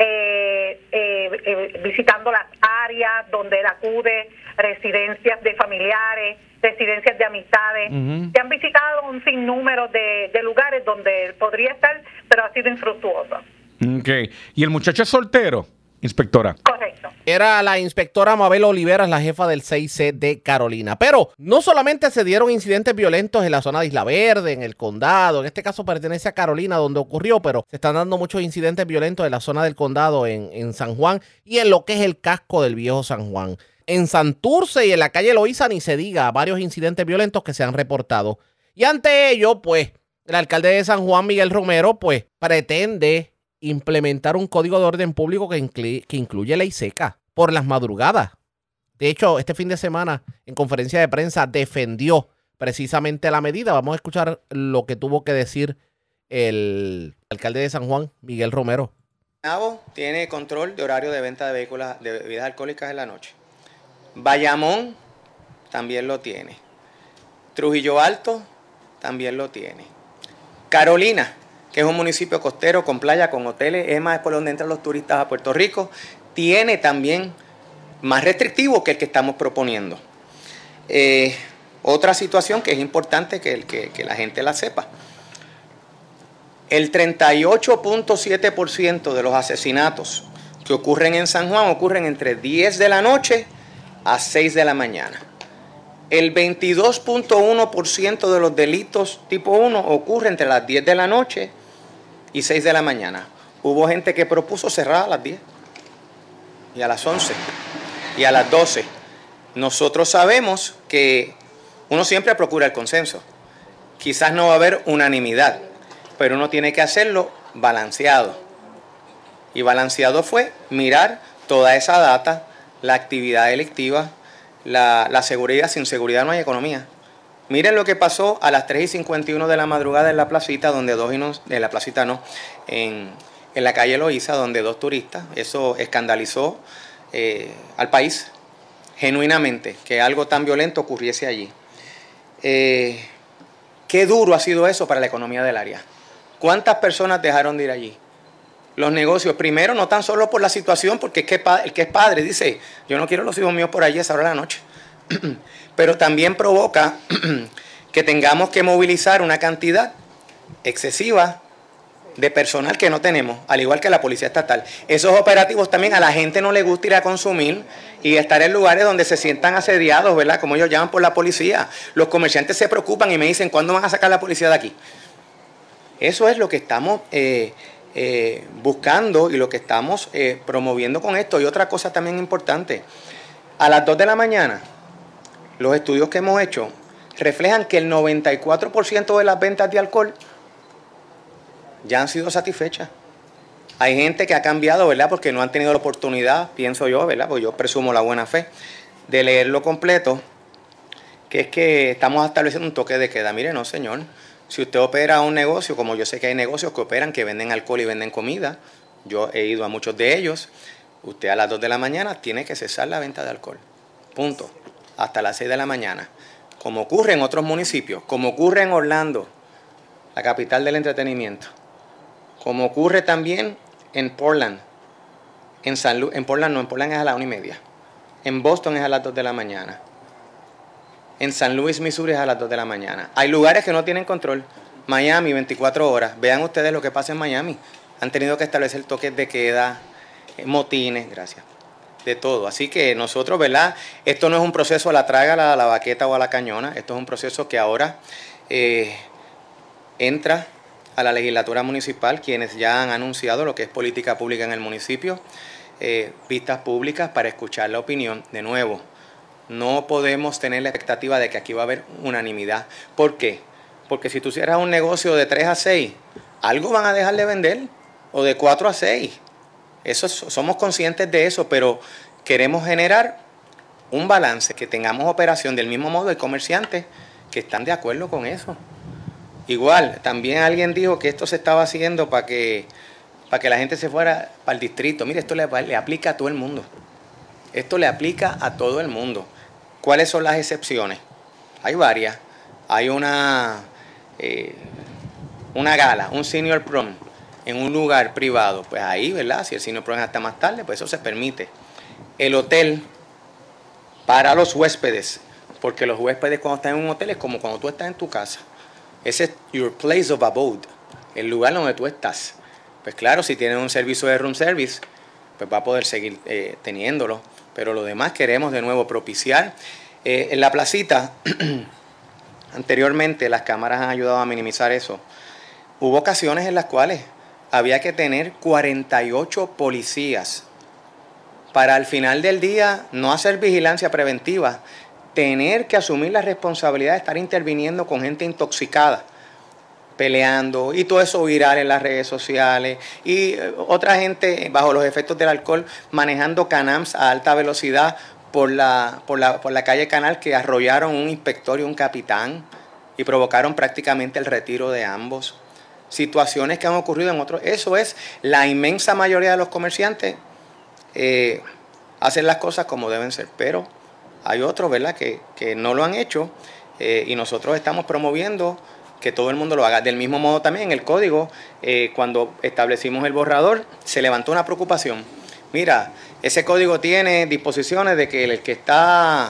visitando las áreas donde él acude, residencias de familiares, residencias de amistades. Se han visitado un sinnúmero de lugares donde él podría estar, pero ha sido infructuoso. Okay. ¿Y el muchacho es soltero, inspectora? Correcto. Era la inspectora Mabel Oliveras, la jefa del 6C de Carolina. Pero no solamente se dieron incidentes violentos en la zona de Isla Verde, en el condado, en este caso pertenece a Carolina donde ocurrió, pero se están dando muchos incidentes violentos en la zona del condado, en San Juan y en lo que es el casco del viejo San Juan. En Santurce y en la calle Loíza ni se diga, varios incidentes violentos que se han reportado. Y ante ello, pues, el alcalde de San Juan, Miguel Romero, pues, pretende implementar un código de orden público que incluye ley seca por las madrugadas. De hecho, este fin de semana, en conferencia de prensa, defendió precisamente la medida. Vamos a escuchar lo que tuvo que decir el alcalde de San Juan, Miguel Romero. Guaynabo tiene control de horario de venta de vehículos de bebidas alcohólicas en la noche. Bayamón también lo tiene. Trujillo Alto también lo tiene. Carolina, que es un municipio costero con playa, con hoteles, es más por donde entran los turistas a Puerto Rico, tiene también más restrictivo que el que estamos proponiendo. Otra situación que es importante que la gente la sepa. El 38.7% de los asesinatos que ocurren en San Juan ocurren entre 10 de la noche a 6 de la mañana. El 22.1% de los delitos tipo 1 ocurre entre las 10 de la noche y 6 de la mañana. Hubo gente que propuso cerrar a las 10 y a las 11 y a las 12. Nosotros sabemos que uno siempre procura el consenso. Quizás no va a haber unanimidad, pero uno tiene que hacerlo balanceado. Y balanceado fue mirar toda esa data, la actividad delictiva, la seguridad. Sin seguridad no hay economía. Miren lo que pasó a las 3:51 de la madrugada en la placita, en la calle Loíza, donde 2 turistas, eso escandalizó al país genuinamente, que algo tan violento ocurriese allí. Qué duro ha sido eso para la economía del área. ¿Cuántas personas dejaron de ir allí? Los negocios, primero, no tan solo por la situación, porque es que el que es padre dice, yo no quiero los hijos míos por allí a esa hora de la noche. Pero también provoca que tengamos que movilizar una cantidad excesiva de personal que no tenemos, al igual que la policía estatal. Esos operativos también a la gente no le gusta ir a consumir y estar en lugares donde se sientan asediados, ¿verdad? Como ellos llaman, por la policía. Los comerciantes se preocupan y me dicen, ¿cuándo van a sacar la policía de aquí? Eso es lo que estamos buscando y lo que estamos promoviendo con esto. Y otra cosa también importante, a las 2 de la mañana, los estudios que hemos hecho reflejan que el 94% de las ventas de alcohol ya han sido satisfechas. Hay gente que ha cambiado, ¿verdad? Porque no han tenido la oportunidad, pienso yo, ¿verdad? Porque yo presumo la buena fe, de leerlo completo, que es que estamos estableciendo un toque de queda. Mire, no, señor. Si usted opera un negocio, como yo sé que hay negocios que operan, que venden alcohol y venden comida, yo he ido a muchos de ellos, usted a las 2 de la mañana tiene que cesar la venta de alcohol. Punto. Hasta las 6 de la mañana. Como ocurre en otros municipios, como ocurre en Orlando, la capital del entretenimiento, como ocurre también en Portland, en Portland es a las 1:30, en Boston es a las 2 de la mañana, en San Luis, Missouri es a las 2 de la mañana. Hay lugares que no tienen control. Miami, 24 horas. Vean ustedes lo que pasa en Miami. Han tenido que establecer toques de queda, motines, gracias, de todo. Así que nosotros, ¿verdad? Esto no es un proceso a la traga, a la baqueta o a la cañona. Esto es un proceso que ahora entra a la legislatura municipal, quienes ya han anunciado lo que es política pública en el municipio, vistas públicas para escuchar la opinión. De nuevo, no podemos tener la expectativa de que aquí va a haber unanimidad. ¿Por qué? Porque si tú cierras un negocio de 3 a 6, algo van a dejar de vender, o de 4 a 6. Somos conscientes de eso, pero queremos generar un balance, que tengamos operación del mismo modo de comerciantes que están de acuerdo con eso. Igual, también alguien dijo que esto se estaba haciendo para que la gente se fuera para el distrito. Mire, esto le aplica a todo el mundo. Esto le aplica a todo el mundo. ¿Cuáles son las excepciones? Hay varias. Hay una gala, un senior prom en un lugar privado. Pues ahí, ¿verdad? Si el senior prom es hasta más tarde, pues eso se permite. El hotel para los huéspedes, porque los huéspedes cuando están en un hotel es como cuando tú estás en tu casa. Ese es your place of abode, el lugar donde tú estás. Pues claro, si tienen un servicio de room service, pues va a poder seguir teniéndolo. Pero lo demás queremos de nuevo propiciar. En la placita, anteriormente las cámaras han ayudado a minimizar eso. Hubo ocasiones en las cuales había que tener 48 policías para al final del día no hacer vigilancia preventiva, tener que asumir la responsabilidad de estar interviniendo con gente intoxicada, peleando, y todo eso viral en las redes sociales, y otra gente bajo los efectos del alcohol manejando Canams a alta velocidad por la calle Canal, que arrollaron un inspector y un capitán y provocaron prácticamente el retiro de ambos. Situaciones que han ocurrido en otros. Eso es, la inmensa mayoría de los comerciantes hacen las cosas como deben ser, pero hay otros, ¿verdad?, que no lo han hecho, y nosotros estamos promoviendo que todo el mundo lo haga. Del mismo modo también en el código, cuando establecimos el borrador, se levantó una preocupación. Mira, ese código tiene disposiciones de que el que está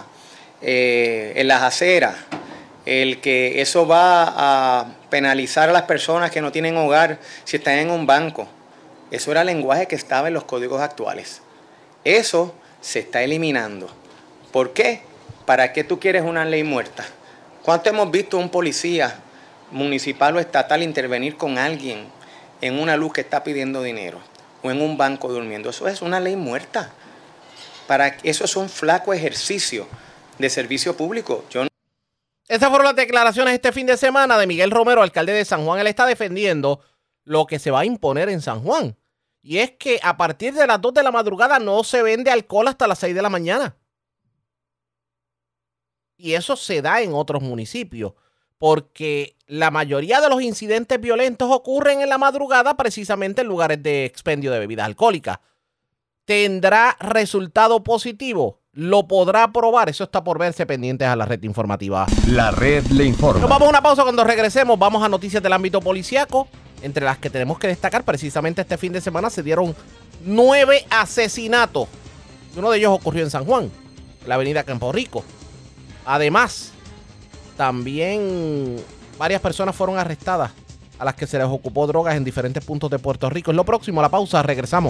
en las aceras, el que eso va a penalizar a las personas que no tienen hogar si están en un banco. Eso era el lenguaje que estaba en los códigos actuales. Eso se está eliminando. ¿Por qué? ¿Para qué tú quieres una ley muerta? ¿Cuánto hemos visto un policía municipal o estatal intervenir con alguien en una luz que está pidiendo dinero o en un banco durmiendo? Eso es una ley muerta. Eso es un flaco ejercicio de servicio público. Esas fueron las declaraciones este fin de semana de Miguel Romero, alcalde de San Juan. Él está defendiendo lo que se va a imponer en San Juan. Y es que a partir de las 2 de la madrugada no se vende alcohol hasta las 6 de la mañana. Y eso se da en otros municipios, porque la mayoría de los incidentes violentos ocurren en la madrugada, precisamente en lugares de expendio de bebidas alcohólicas. ¿Tendrá resultado positivo? ¿Lo podrá aprobar? Eso está por verse, pendientes a la red informativa. La red le informa. Nos vamos a una pausa. Cuando regresemos vamos a noticias del ámbito policiaco, entre las que tenemos que destacar. Precisamente este fin de semana se dieron 9 asesinatos. Uno de ellos ocurrió en San Juan, en la avenida Campo Rico. Además, también varias personas fueron arrestadas a las que se les ocupó drogas en diferentes puntos de Puerto Rico. Es lo próximo, a la pausa, regresamos.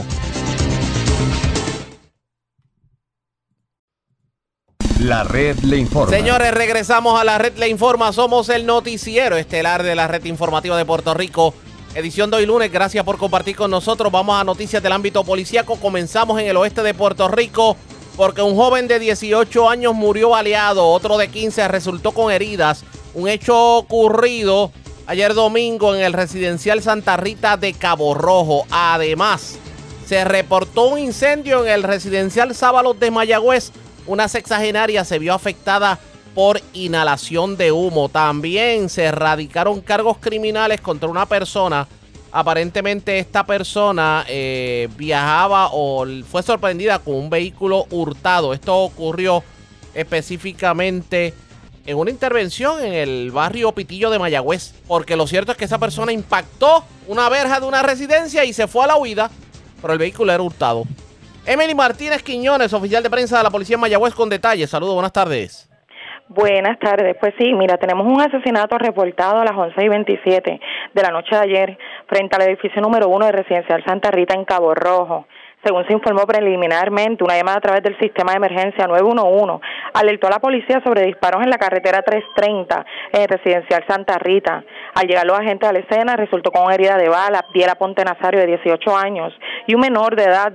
La red le informa. Señores, regresamos a la red le informa. Somos el noticiero estelar de la red informativa de Puerto Rico. Edición de hoy lunes. Gracias por compartir con nosotros. Vamos a noticias del ámbito policíaco. Comenzamos en el oeste de Puerto Rico, porque un joven de 18 años murió baleado. Otro de 15 resultó con heridas. Un hecho ocurrido ayer domingo en el residencial Santa Rita de Cabo Rojo. Además, se reportó un incendio en el residencial Sábalos de Mayagüez. Una sexagenaria se vio afectada por inhalación de humo. También se radicaron cargos criminales contra una persona. Aparentemente esta persona viajaba o fue sorprendida con un vehículo hurtado. Esto ocurrió específicamente en una intervención en el barrio Pitillo de Mayagüez. Porque lo cierto es que esa persona impactó una verja de una residencia y se fue a la huida, pero el vehículo era hurtado. Emily Martínez Quiñones, oficial de prensa de la policía en Mayagüez, con detalles. Saludos, buenas tardes. Buenas tardes. Pues sí, mira, tenemos un asesinato reportado a las 11:27 de la noche de ayer frente al edificio número 1 de Residencial Santa Rita en Cabo Rojo. Según se informó preliminarmente, una llamada a través del sistema de emergencia 911 alertó a la policía sobre disparos en la carretera 330 en el Residencial Santa Rita. Al llegar los agentes a la escena, resultó con herida de bala Abdiel Aponte Nazario, de 18 años, y un menor de edad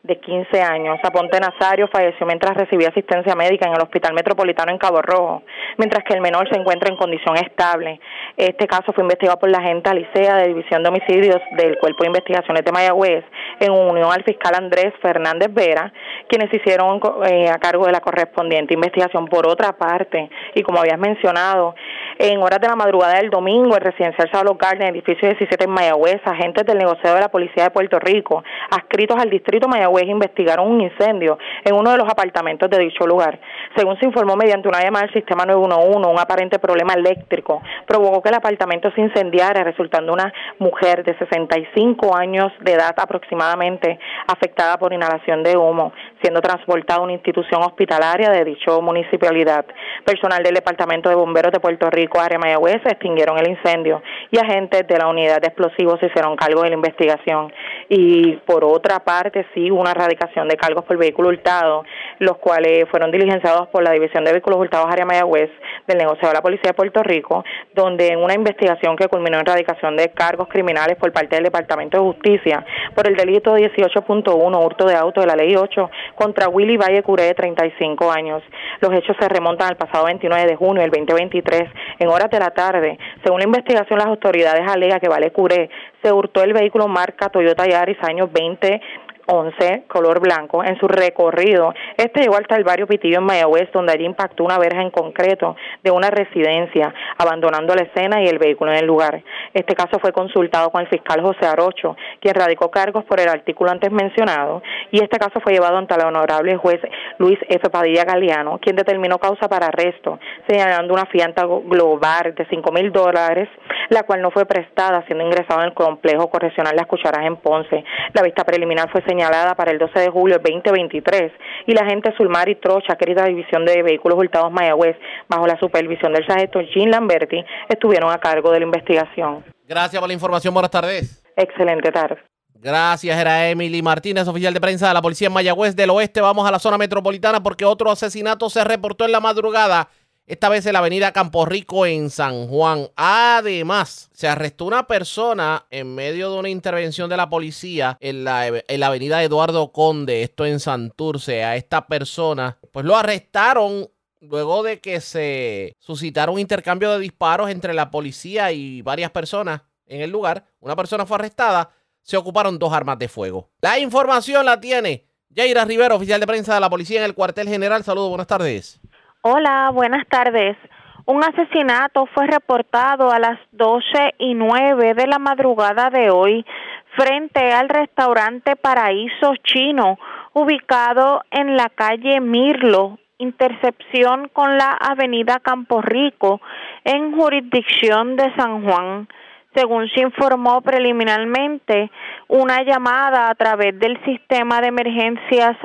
de 15 años. Aponte Nazario falleció mientras recibía asistencia médica en el Hospital Metropolitano en Cabo Rojo, mientras que el menor se encuentra en condición estable. Este caso fue investigado por la agente Alicea de División de Homicidios del Cuerpo de Investigaciones de Mayagüez, en unión al fiscal Andrés Fernández Vera, quienes hicieron a cargo de la correspondiente investigación. Por otra parte, y como habías mencionado, en horas de la madrugada del domingo, el residencial Saulo Garden, edificio 17 en Mayagüez, agentes del negociado de la Policía de Puerto Rico, adscritos al distrito Mayagüez, investigaron un incendio en uno de los apartamentos de dicho lugar. Según se informó mediante una llamada al sistema 911, un aparente problema eléctrico provocó que el apartamento se incendiara, resultando una mujer de 65 años de edad aproximadamente afectada por inhalación de humo, siendo transportada a una institución hospitalaria de dicha municipalidad. Personal del Departamento de Bomberos de Puerto Rico, área Mayagüez, extinguieron el incendio y agentes de la unidad de explosivos se hicieron cargo de la investigación. Y por otra parte, sí, una erradicación de cargos por vehículo hurtado, los cuales fueron diligenciados por la División de Vehículos Hurtados área Mayagüez del negociado de la Policía de Puerto Rico, donde en una investigación que culminó en erradicación de cargos criminales por parte del Departamento de Justicia por el delito 18.1, hurto de auto de la Ley 8, contra Willy Valle Curé, de 35 años. Los hechos se remontan al pasado 29 de junio del 2023, en horas de la tarde. Según la investigación, las autoridades alegan que Valle Curé se hurtó el vehículo marca Toyota Yaris año 2011, color blanco. En su recorrido, llegó hasta el barrio Pitillo en Mayagüez, donde allí impactó una verja en concreto de una residencia, abandonando la escena y el vehículo en el lugar. Este caso fue consultado con el fiscal José Arocho, quien radicó cargos por el artículo antes mencionado, y este caso fue llevado ante el honorable juez Luis F. Padilla Galeano, quien determinó causa para arresto, señalando una fianza global de $5,000, la cual no fue prestada, siendo ingresado en el complejo correccional Las Cucharas en Ponce. La vista preliminar fue señalada para el 12 de julio del 2023 y la agente Sulmari Trocha, querida División de Vehículos Hurtados Mayagüez, bajo la supervisión del sargento Jean Lamberti, estuvieron a cargo de la investigación. Gracias por la información. Buenas tardes. Excelente tarde. Gracias, era Emily Martínez, oficial de prensa de la Policía en Mayagüez del Oeste. Vamos a la zona metropolitana porque otro asesinato se reportó en la madrugada, esta vez en la avenida Campo Rico en San Juan. Además, se arrestó una persona en medio de una intervención de la policía en la avenida Eduardo Conde, esto en Santurce. A esta persona, pues lo arrestaron luego de que se suscitara un intercambio de disparos entre la policía y varias personas en el lugar. Una persona fue arrestada, se ocuparon 2 armas de fuego. La información la tiene Yaira Rivero, oficial de prensa de la policía en el cuartel general. Saludos, buenas tardes. Hola, buenas tardes. Un asesinato fue reportado a las 12:09 de la madrugada de hoy frente al restaurante Paraíso Chino, ubicado en la calle Mirlo, intersección con la avenida Campo Rico, en jurisdicción de San Juan. Según se informó preliminarmente, una llamada a través del sistema de emergencias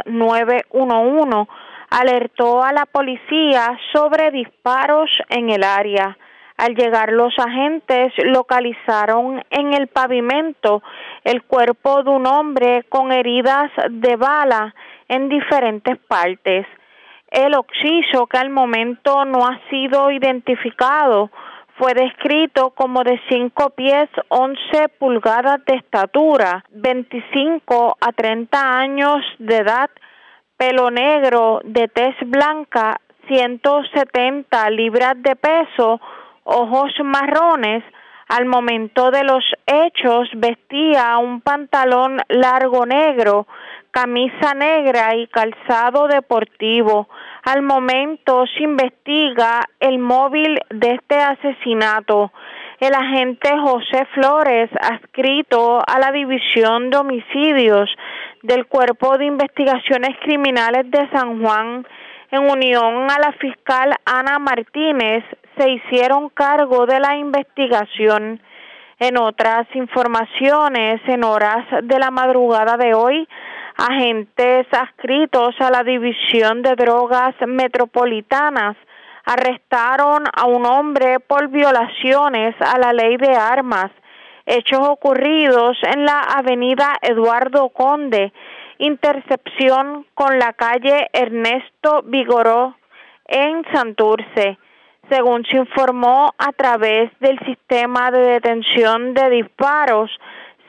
911 alertó a la policía sobre disparos en el área. Al llegar los agentes localizaron en el pavimento el cuerpo de un hombre con heridas de bala en diferentes partes. El occiso, que al momento no ha sido identificado, fue descrito como de 5 pies 11 pulgadas de estatura, 25 a 30 años de edad, pelo negro, de tez blanca, 170 libras de peso, ojos marrones. Al momento de los hechos vestía un pantalón largo negro, camisa negra y calzado deportivo. Al momento se investiga el móvil de este asesinato. El agente José Flores, adscrito a la División de Homicidios del Cuerpo de Investigaciones Criminales de San Juan, en unión a la fiscal Ana Martínez, se hicieron cargo de la investigación. En otras informaciones, en horas de la madrugada de hoy, agentes adscritos a la División de Drogas Metropolitanas arrestaron a un hombre por violaciones a la ley de armas, hechos ocurridos en la avenida Eduardo Conde, intersección con la calle Ernesto Vigoró en Santurce. Según se informó a través del sistema de detención de disparos,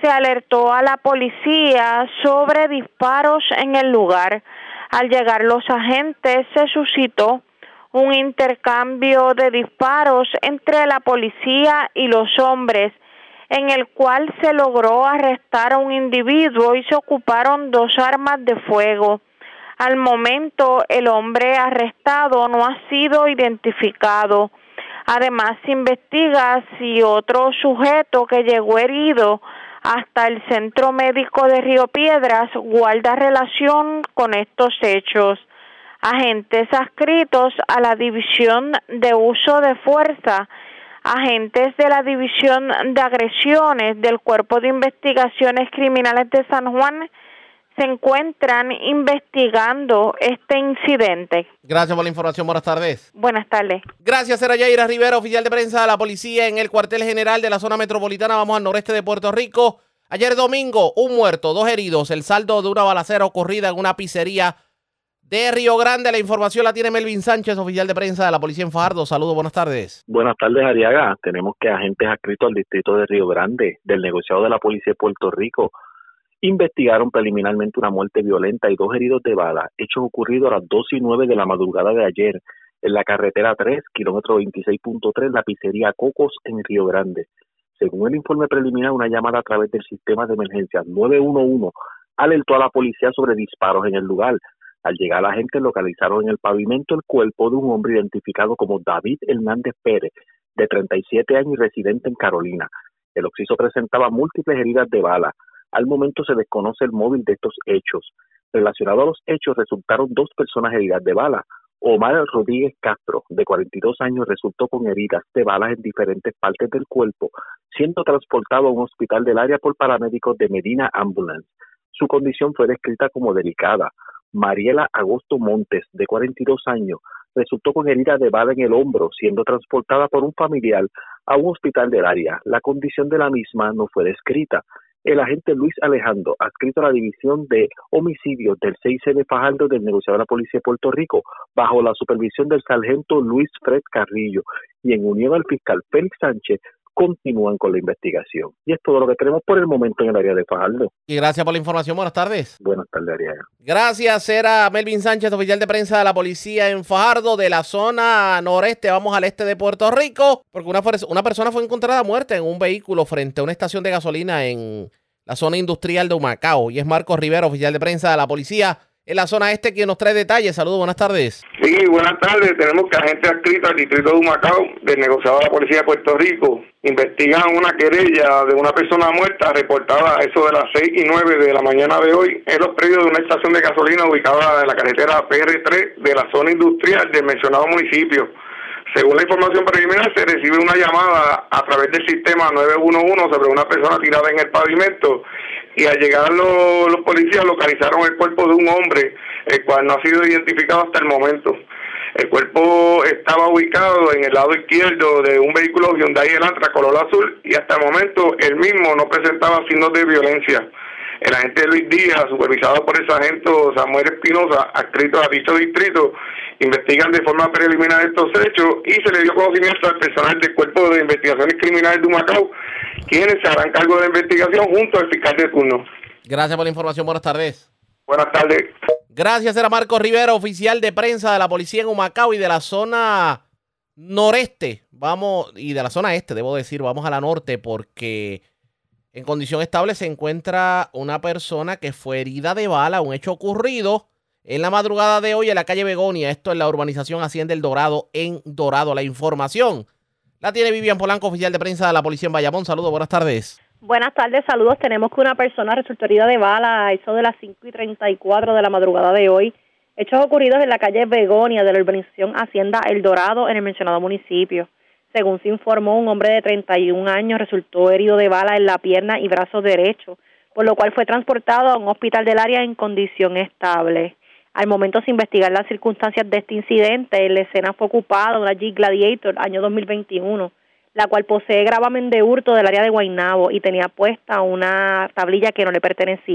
se alertó a la policía sobre disparos en el lugar. Al llegar los agentes se suscitó un intercambio de disparos entre la policía y los hombres, en el cual se logró arrestar a un individuo y se ocuparon 2 armas de fuego. Al momento, el hombre arrestado no ha sido identificado. Además, se investiga si otro sujeto que llegó herido hasta el Centro Médico de Río Piedras guarda relación con estos hechos. Agentes adscritos a la División de Uso de Fuerza, agentes de la División de Agresiones del Cuerpo de Investigaciones Criminales de San Juan se encuentran investigando este incidente. Gracias por la información. Buenas tardes. Buenas tardes. Gracias, era Yaira Rivera, oficial de prensa de la policía en el cuartel general de la zona metropolitana. Vamos al noreste de Puerto Rico. Ayer domingo, 1 muerto, 2 heridos. El saldo de una balacera ocurrida en una pizzería de Río Grande. La información la tiene Melvin Sánchez, oficial de prensa de la policía en Fajardo. Saludos, buenas tardes. Buenas tardes, Ariaga. Tenemos que agentes adscritos al distrito de Río Grande del negociado de la policía de Puerto Rico investigaron preliminarmente una muerte violenta y 2 heridos de bala, hechos ocurridos a las 2:09 de la madrugada de ayer en la carretera 3, kilómetro 26.3, la pizzería Cocos en Río Grande. Según el informe preliminar, una llamada a través del sistema de emergencia 911 alertó a la policía sobre disparos en el lugar. Al llegar, la agentes localizaron en el pavimento el cuerpo de un hombre identificado como David Hernández Pérez, de 37 años y residente en Carolina. El occiso presentaba múltiples heridas de bala. Al momento se desconoce el móvil de estos hechos. Relacionado a los hechos, resultaron 2 personas heridas de bala. Omar Rodríguez Castro, de 42 años, resultó con heridas de balas en diferentes partes del cuerpo, siendo transportado a un hospital del área por paramédicos de Medina Ambulance. Su condición fue descrita como delicada. Mariela Agosto Montes, de 42 años, resultó con heridas de bala en el hombro, siendo transportada por un familiar a un hospital del área. La condición de la misma no fue descrita. El agente Luis Alejandro, adscrito a la División de Homicidios del 6C de Fajardo del negociado de la Policía de Puerto Rico, bajo la supervisión del sargento Luis Fred Carrillo y en unión al fiscal Félix Sánchez, continúan con la investigación. Y es todo lo que tenemos por el momento en el área de Fajardo. Y gracias por la información. Buenas tardes. Buenas tardes, Ariaga. Gracias, era Melvin Sánchez, oficial de prensa de la policía en Fajardo, de la zona noreste. Vamos al este de Puerto Rico, porque una persona fue encontrada muerta en un vehículo frente a una estación de gasolina en la zona industrial de Humacao. Y es Marcos Rivera, oficial de prensa de la policía en la zona este, quien nos trae detalles. Saludos, buenas tardes. Sí, buenas tardes. Tenemos que agentes adscritos al distrito de Humacao del negociado de la policía de Puerto Rico investigan una querella de una persona muerta reportada a eso de las 6:09 de la mañana de hoy en los predios de una estación de gasolina ubicada en la carretera PR3 de la zona industrial del mencionado municipio. Según la información preliminar, se recibe una llamada a través del sistema 911 sobre una persona tirada en el pavimento, y al llegar los policías localizaron el cuerpo de un hombre, el cual no ha sido identificado hasta el momento. El cuerpo estaba ubicado en el lado izquierdo de un vehículo Hyundai Elantra color azul, y hasta el momento el mismo no presentaba signos de violencia. El agente Luis Díaz, supervisado por el sargento Samuel Espinosa, adscrito a dicho distrito, investigan de forma preliminar estos hechos y se le dio conocimiento al personal del Cuerpo de Investigaciones Criminales de Humacao, quienes se harán cargo de la investigación junto al fiscal de turno. Gracias por la información. Buenas tardes. Buenas tardes. Gracias, era Marcos Rivera, oficial de prensa de la policía en Humacao y de la zona noreste. Vamos, y de la zona este, debo decir, vamos a la norte porque en condición estable se encuentra una persona que fue herida de bala, un hecho ocurrido en la madrugada de hoy en la calle Begonia. Esto en la urbanización Hacienda El Dorado, en Dorado. La información la tiene Vivian Polanco, oficial de prensa de la policía en Bayamón. Saludos, buenas tardes. Buenas tardes, saludos. Tenemos que una persona resultó herida de bala a eso de las 5:34 de la madrugada de hoy. Hechos ocurridos en la calle Begonia de la urbanización Hacienda El Dorado en el mencionado municipio. Según se informó, un hombre de 31 años resultó herido de bala en la pierna y brazo derecho, por lo cual fue transportado a un hospital del área en condición estable. Al momento se investigan las circunstancias de este incidente. En la escena fue ocupada una Jeep Gladiator año 2021, la cual posee gravamen de hurto del área de Guaynabo y tenía puesta una tablilla que no le pertenecía.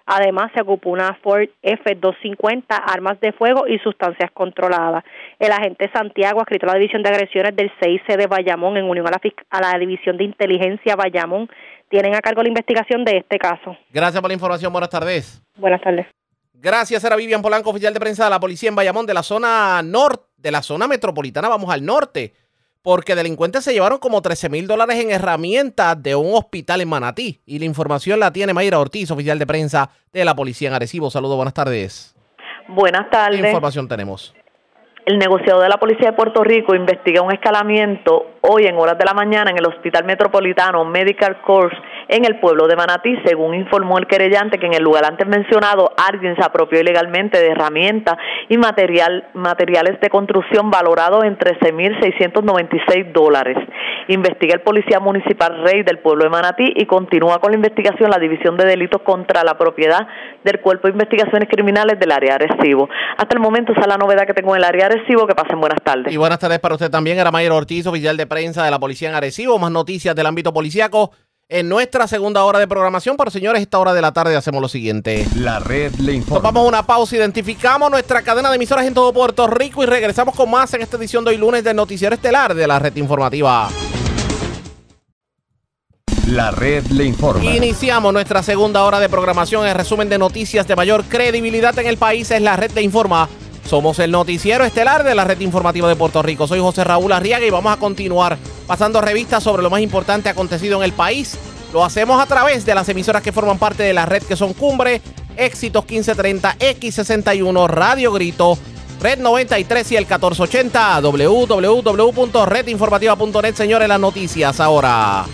Además, se ocupó una Ford F-250, armas de fuego y sustancias controladas. El agente Santiago, adscrito a la División de Agresiones del CIC de Bayamón, en unión a la División de Inteligencia Bayamón, tienen a cargo la investigación de este caso. Gracias por la información. Buenas tardes. Buenas tardes. Gracias, era Vivian Polanco, oficial de prensa de la policía en Bayamón, de la zona norte, de la zona metropolitana. Vamos al norte, porque delincuentes se llevaron como $13,000 en herramientas de un hospital en Manatí. Y la información la tiene Mayra Ortiz, oficial de prensa de la policía en Arecibo. Saludos, buenas tardes. Buenas tardes. ¿Qué información tenemos? El negociador de la Policía de Puerto Rico investiga un escalamiento hoy en horas de la mañana en el Hospital Metropolitano Medical Corps en el pueblo de Manatí, según informó el querellante, que en el lugar antes mencionado alguien se apropió ilegalmente de herramientas y materiales de construcción valorados en $13,696. Investiga el policía municipal Rey del pueblo de Manatí y continúa con la investigación la División de Delitos contra la Propiedad del Cuerpo de Investigaciones Criminales del área de Arecibo. Hasta el momento esa es la novedad que tengo en el área de Arecibo. Que pasen buenas tardes. Y buenas tardes para usted también. Era Mayra Ortiz, oficial de prensa de la policía en Arecibo. Más noticias del ámbito policíaco en nuestra segunda hora de programación. Pero señores, esta hora de la tarde hacemos lo siguiente. La red le informa. Nos vamos a una pausa, identificamos nuestra cadena de emisoras en todo Puerto Rico y regresamos con más en esta edición de hoy lunes del Noticiero Estelar de la Red Informativa. La red le informa. Iniciamos nuestra segunda hora de programación. El resumen de noticias de mayor credibilidad en el país es la Red le informa. Somos el noticiero estelar de la Red Informativa de Puerto Rico. Soy José Raúl Arriaga y vamos a continuar pasando revistas sobre lo más importante acontecido en el país. Lo hacemos a través de las emisoras que forman parte de la red, que son Cumbre, Éxitos 1530, X61, Radio Grito, Red 93 y el 1480, www.redinformativa.net. Señores, las noticias ahora.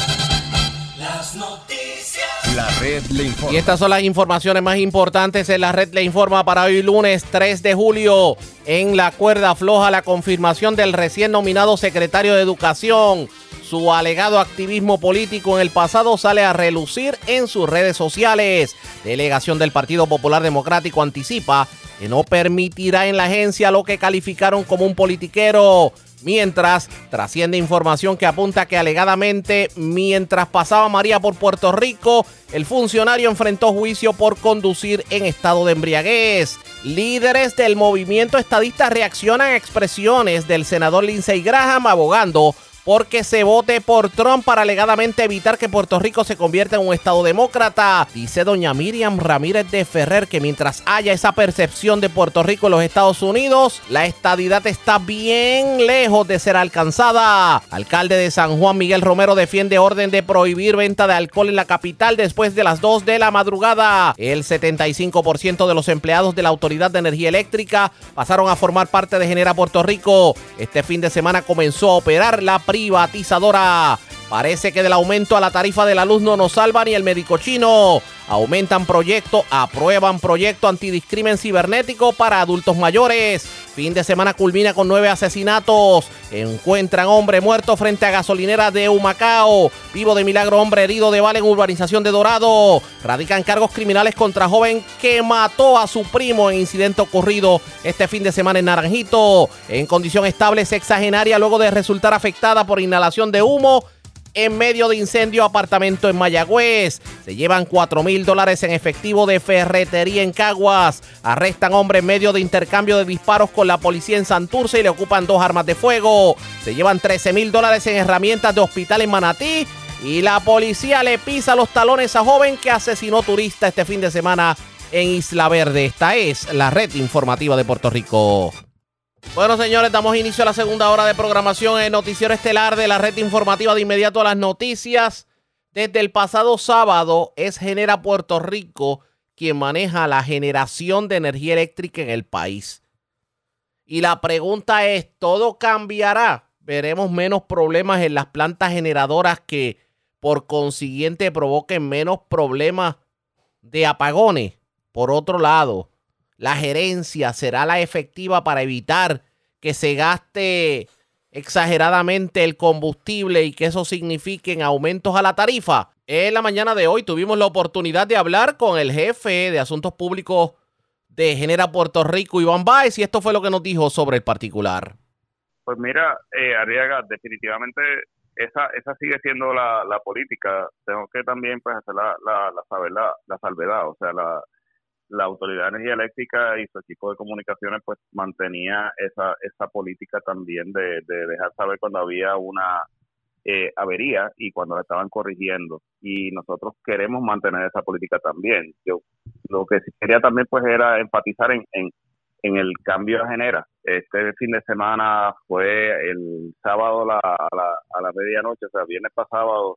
Las noticias. La red le informa. Y estas son las informaciones más importantes en la Red le informa para hoy lunes 3 de julio. En la cuerda floja, la confirmación del recién nominado secretario de Educación. Su alegado activismo político en el pasado sale a relucir en sus redes sociales. Delegación del Partido Popular Democrático anticipa que no permitirá en la agencia lo que calificaron como un politiquero. Mientras, trasciende información que apunta que alegadamente, mientras pasaba María por Puerto Rico, el funcionario enfrentó juicio por conducir en estado de embriaguez. Líderes del movimiento estadista reaccionan a expresiones del senador Lindsey Graham abogando porque se vote por Trump para alegadamente evitar que Puerto Rico se convierta en un estado demócrata. Dice doña Miriam Ramírez de Ferrer que mientras haya esa percepción de Puerto Rico en los Estados Unidos, la estadidad está bien lejos de ser alcanzada. Alcalde de San Juan, Miguel Romero, defiende orden de prohibir venta de alcohol en la capital después de las 2 de la madrugada. El 75% de los empleados de la Autoridad de Energía Eléctrica pasaron a formar parte de Genera Puerto Rico. Este fin de semana comenzó a operar la privatizadora. Parece que del aumento a la tarifa de la luz no nos salva ni el médico chino. Aprueban proyecto antidiscrimen cibernético para adultos mayores. Fin de semana culmina con 9 asesinatos. Encuentran hombre muerto frente a gasolinera de Humacao. Vivo de milagro, hombre herido de bala en urbanización de Dorado. Radican cargos criminales contra joven que mató a su primo en incidente ocurrido este fin de semana en Naranjito. En condición estable, sexagenaria luego de resultar afectada por inhalación de humo en medio de incendio apartamento en Mayagüez. Se llevan $4,000 en efectivo de ferretería en Caguas. Arrestan hombre en medio de intercambio de disparos con la policía en Santurce y le ocupan 2 armas de fuego. Se llevan $13,000 en herramientas de hospital en Manatí. Y la policía le pisa los talones a joven que asesinó turista este fin de semana en Isla Verde. Esta es la Red Informativa de Puerto Rico. Bueno, señores, damos inicio a la segunda hora de programación en el Noticiero Estelar de la Red Informativa. De inmediato a las noticias. Desde el pasado sábado es Genera Puerto Rico quien maneja la generación de energía eléctrica en el país. Y la pregunta es, ¿todo cambiará? ¿Veremos menos problemas en las plantas generadoras que por consiguiente provoquen menos problemas de apagones? Por otro lado, ¿la gerencia será la efectiva para evitar que se gaste exageradamente el combustible y que eso signifique aumentos a la tarifa? En la mañana de hoy tuvimos la oportunidad de hablar con el jefe de Asuntos Públicos de Genera Puerto Rico, Iván Báez, y esto fue lo que nos dijo sobre el particular. Pues mira, Arriaga, definitivamente esa sigue siendo la política. Tengo que también pues hacer la salvedad, o sea, la Autoridad de Energía Eléctrica y su equipo de comunicaciones pues mantenía esa política también de dejar saber cuando había una avería y cuando la estaban corrigiendo, y nosotros queremos mantener esa política también. Yo lo que sí quería también pues era enfatizar en el cambio de Genera. Este fin de semana fue el sábado a la medianoche, o sea, viernes pasado,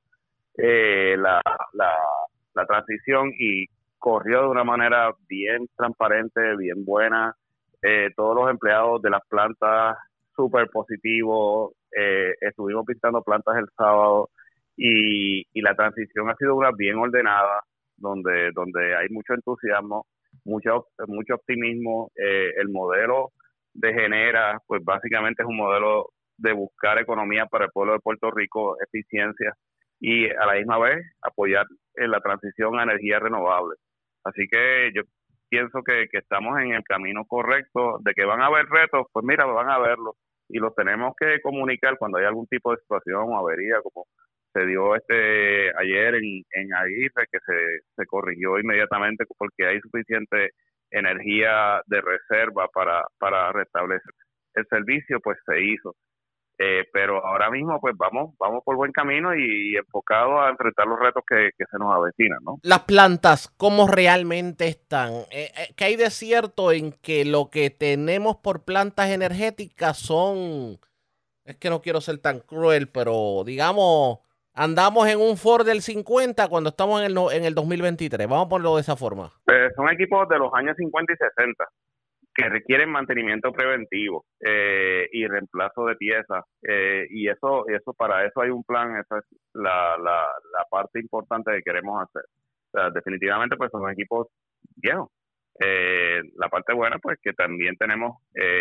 la transición, y corrió de una manera bien transparente, bien buena. Todos los empleados de las plantas súper positivos. Estuvimos visitando plantas el sábado y la transición ha sido una bien ordenada, donde hay mucho entusiasmo, mucho optimismo. El modelo de Genera, pues básicamente es un modelo de buscar economía para el pueblo de Puerto Rico, eficiencia, y a la misma vez apoyar en la transición a energías renovables. Así que yo pienso que estamos en el camino correcto. De que van a haber retos, pues mira, van a haberlos, y los tenemos que comunicar cuando hay algún tipo de situación o avería, como se dio ayer en Aguirre, que se corrigió inmediatamente porque hay suficiente energía de reserva para restablecer el servicio, pues se hizo. Pero ahora mismo pues vamos por buen camino y enfocado a enfrentar los retos que se nos avecinan, ¿no? Las plantas, ¿cómo realmente están? ¿Qué hay de cierto en que lo que tenemos por plantas energéticas son, es que no quiero ser tan cruel, pero digamos, andamos en un Ford del 50 cuando estamos en el 2023? Vamos a ponerlo de esa forma. Son equipos de los años 50 y 60. Que requieren mantenimiento preventivo y reemplazo de piezas, y eso para eso hay un plan. Esa es la parte importante que queremos hacer. O sea, definitivamente pues son equipos viejos. La parte buena pues que también tenemos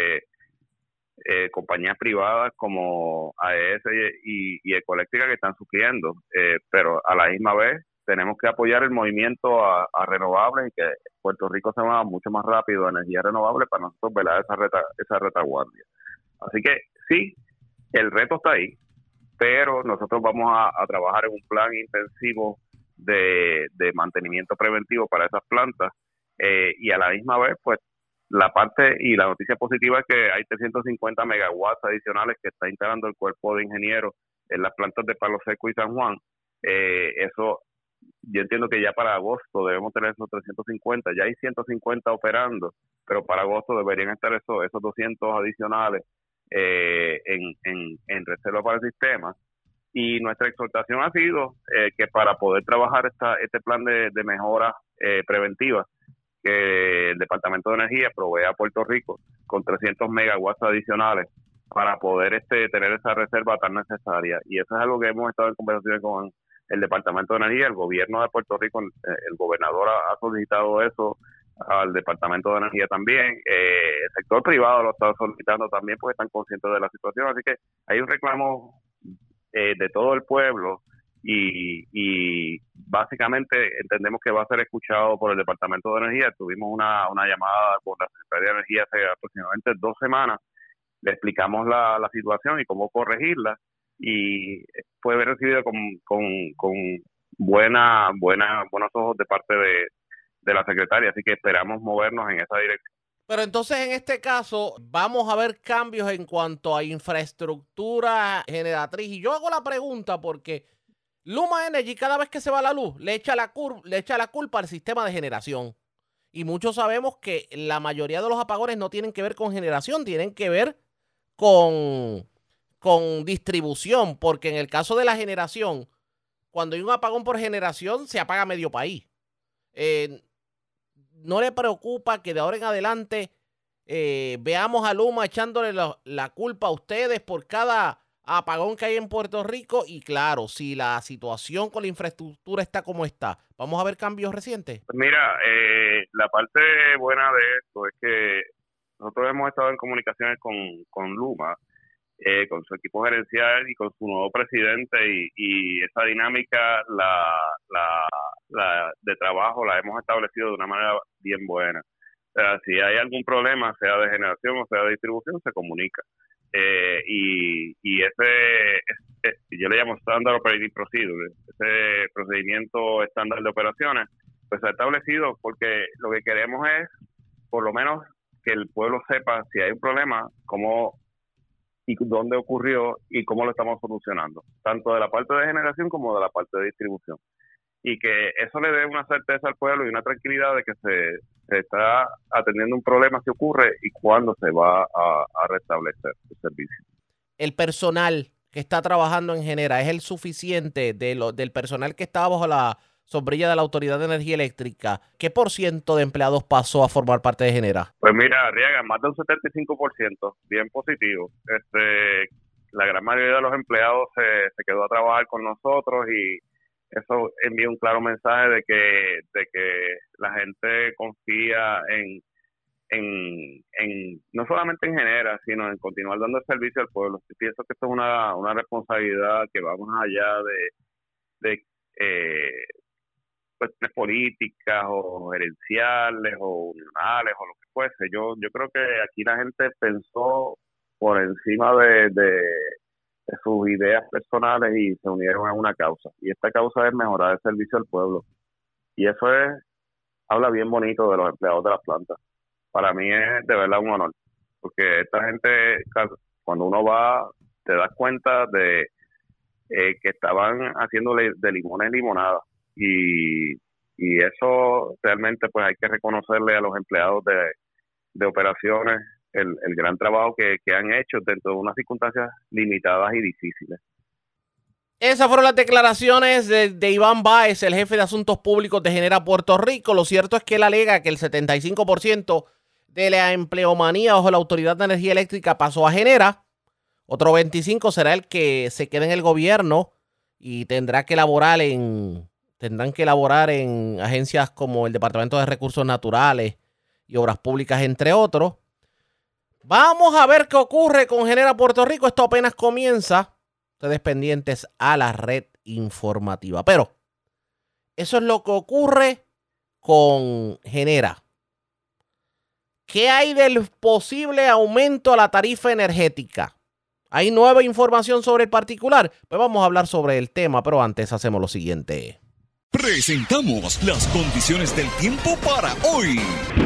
compañías privadas como AES y Ecoeléctrica que están supliendo, pero a la misma vez tenemos que apoyar el movimiento a renovables, y que Puerto Rico se mueva mucho más rápido a energía renovable para nosotros velar esa retaguardia. Así que sí, el reto está ahí, pero nosotros vamos a trabajar en un plan intensivo de mantenimiento preventivo para esas plantas, y a la misma vez pues la parte y la noticia positiva es que hay 350 megawatts adicionales que está instalando el cuerpo de ingenieros en las plantas de Palo Seco y San Juan. Eso yo entiendo que ya para agosto debemos tener esos 350, ya hay 150 operando, pero para agosto deberían estar esos 200 adicionales en reserva para el sistema. Y nuestra exhortación ha sido que para poder trabajar este plan de mejora preventiva, que el Departamento de Energía provee a Puerto Rico con 300 megawatts adicionales para poder tener esa reserva tan necesaria. Y eso es algo que hemos estado en conversaciones con el Departamento de Energía, el gobierno de Puerto Rico, el gobernador ha solicitado eso al Departamento de Energía también, el sector privado lo está solicitando también porque están conscientes de la situación. Así que hay un reclamo de todo el pueblo y básicamente entendemos que va a ser escuchado por el Departamento de Energía. Tuvimos una llamada con la Secretaría de Energía hace aproximadamente 2 semanas, le explicamos la situación y cómo corregirla, y fue recibido con buenos ojos de parte de la secretaria, así que esperamos movernos en esa dirección. Pero entonces en este caso vamos a ver cambios en cuanto a infraestructura generatriz, y yo hago la pregunta porque Luma Energy, cada vez que se va la luz, le echa la culpa al sistema de generación, y muchos sabemos que la mayoría de los apagones no tienen que ver con generación, tienen que ver con distribución, porque en el caso de la generación, cuando hay un apagón por generación, se apaga medio país. ¿No le preocupa que de ahora en adelante veamos a Luma echándole la culpa a ustedes por cada apagón que hay en Puerto Rico? Y claro, si la situación con la infraestructura está como está, ¿vamos a ver cambios recientes? Mira, la parte buena de esto es que nosotros hemos estado en comunicaciones con Luma, con su equipo gerencial y con su nuevo presidente, y esa dinámica de trabajo la hemos establecido de una manera bien buena. O sea, si hay algún problema, sea de generación o sea de distribución, se comunica. Y yo le llamo Standard Operating Procedure, ese procedimiento estándar de operaciones, pues se ha establecido porque lo que queremos es, por lo menos, que el pueblo sepa si hay un problema, cómo y dónde ocurrió y cómo lo estamos solucionando, tanto de la parte de generación como de la parte de distribución. Y que eso le dé una certeza al pueblo y una tranquilidad de que se está atendiendo un problema si ocurre y cuándo se va a restablecer el servicio. El personal que está trabajando en Genera, ¿es el suficiente del personal que estaba bajo la sombrilla de la Autoridad de Energía Eléctrica? ¿Qué por ciento de empleados pasó a formar parte de Genera? Pues mira, Arriaga, más de un 75%, bien positivo. La gran mayoría de los empleados se quedó a trabajar con nosotros y eso envía un claro mensaje de que la gente confía en no solamente en Genera, sino en continuar dando el servicio al pueblo. Yo pienso que esto es una responsabilidad que va más allá de cuestiones políticas o gerenciales o unionales o lo que fuese. Yo creo que aquí la gente pensó por encima de sus ideas personales y se unieron a una causa. Y esta causa es mejorar el servicio al pueblo. Y eso habla bien bonito de los empleados de las plantas. Para mí es de verdad un honor, porque esta gente, cuando uno va, te das cuenta de que estaban haciéndole de limones limonada. Y eso realmente pues hay que reconocerle a los empleados de operaciones el gran trabajo que han hecho dentro de unas circunstancias limitadas y difíciles. Esas fueron las declaraciones de Iván Báez, el jefe de Asuntos Públicos de Genera Puerto Rico. Lo cierto es que él alega que el 75% de la empleomanía bajo la Autoridad de Energía Eléctrica pasó a Genera. Otro 25% será el que se quede en el gobierno y tendrán que elaborar en agencias como el Departamento de Recursos Naturales y Obras Públicas, entre otros. Vamos a ver qué ocurre con Genera Puerto Rico. Esto apenas comienza. Ustedes pendientes a la red informativa. Pero eso es lo que ocurre con Genera. ¿Qué hay del posible aumento a la tarifa energética? ¿Hay nueva información sobre el particular? Pues vamos a hablar sobre el tema, pero antes hacemos lo siguiente. Presentamos las condiciones del tiempo para hoy.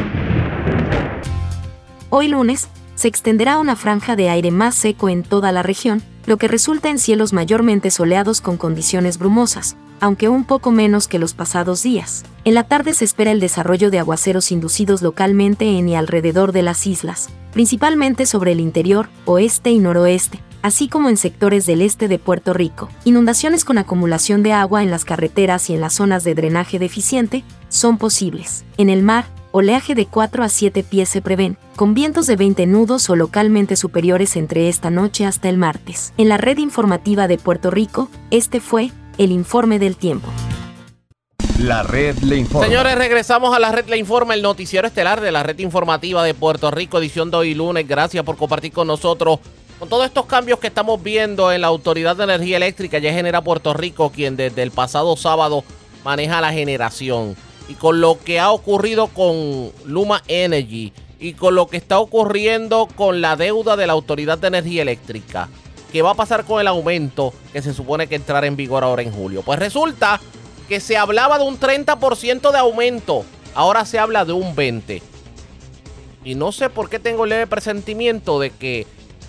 Hoy lunes, se extenderá una franja de aire más seco en toda la región, lo que resulta en cielos mayormente soleados con condiciones brumosas, aunque un poco menos que los pasados días. En la tarde se espera el desarrollo de aguaceros inducidos localmente en y alrededor de las islas, principalmente sobre el interior, oeste y noroeste, así como en sectores del este de Puerto Rico. Inundaciones con acumulación de agua en las carreteras y en las zonas de drenaje deficiente son posibles. En el mar, oleaje de 4 a 7 pies se prevén, con vientos de 20 nudos o localmente superiores entre esta noche hasta el martes. En la red informativa de Puerto Rico, este fue el informe del tiempo. La red le informa. Señores, regresamos a la red le informa, el noticiero estelar de la red informativa de Puerto Rico, edición de hoy lunes. Gracias por compartir con nosotros. Con todos estos cambios que estamos viendo en la Autoridad de Energía Eléctrica, ya Genera Puerto Rico, quien desde el pasado sábado maneja la generación. Y con lo que ha ocurrido con Luma Energy y con lo que está ocurriendo con la deuda de la Autoridad de Energía Eléctrica, ¿qué va a pasar con el aumento que se supone que entrará en vigor ahora en julio? Pues resulta que se hablaba de un 30% de aumento, ahora se habla de un 20%. Y no sé por qué tengo el leve presentimiento de que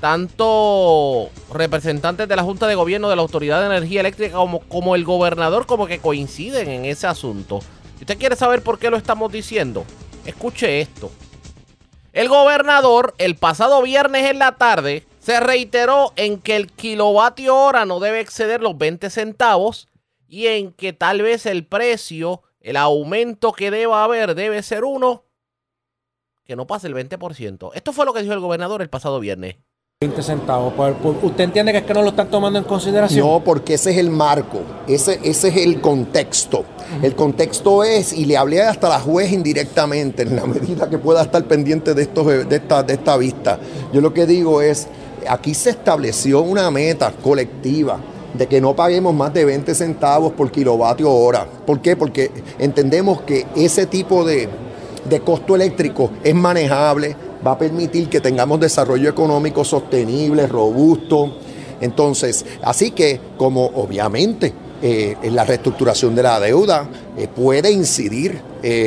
tanto representantes de la Junta de Gobierno de la Autoridad de Energía Eléctrica como el gobernador como que coinciden en ese asunto. Si usted quiere saber por qué lo estamos diciendo, escuche esto. El gobernador el pasado viernes en la tarde se reiteró en que el kilovatio hora no debe exceder los 20 centavos y en que tal vez el precio, el aumento que deba haber debe ser uno que no pase el 20%. Esto fue lo que dijo el gobernador el pasado viernes. 20 centavos. ¿Usted entiende que es que no lo están tomando en consideración? No, porque ese es el marco, ese es el contexto. El contexto es, y le hablé hasta a la juez indirectamente, en la medida que pueda estar pendiente de esta vista. Yo lo que digo es, aquí se estableció una meta colectiva de que no paguemos más de 20 centavos por kilovatio hora. ¿Por qué? Porque entendemos que ese tipo de costo eléctrico es manejable, va a permitir que tengamos desarrollo económico sostenible, robusto, Entonces, así que como obviamente en la reestructuración de la deuda puede incidir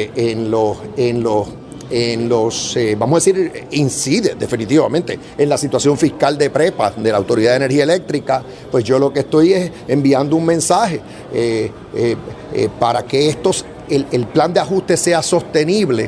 vamos a decir, incide definitivamente en la situación fiscal de PREPA, de la Autoridad de Energía Eléctrica, pues yo lo que estoy es enviando un mensaje para que el plan de ajuste sea sostenible.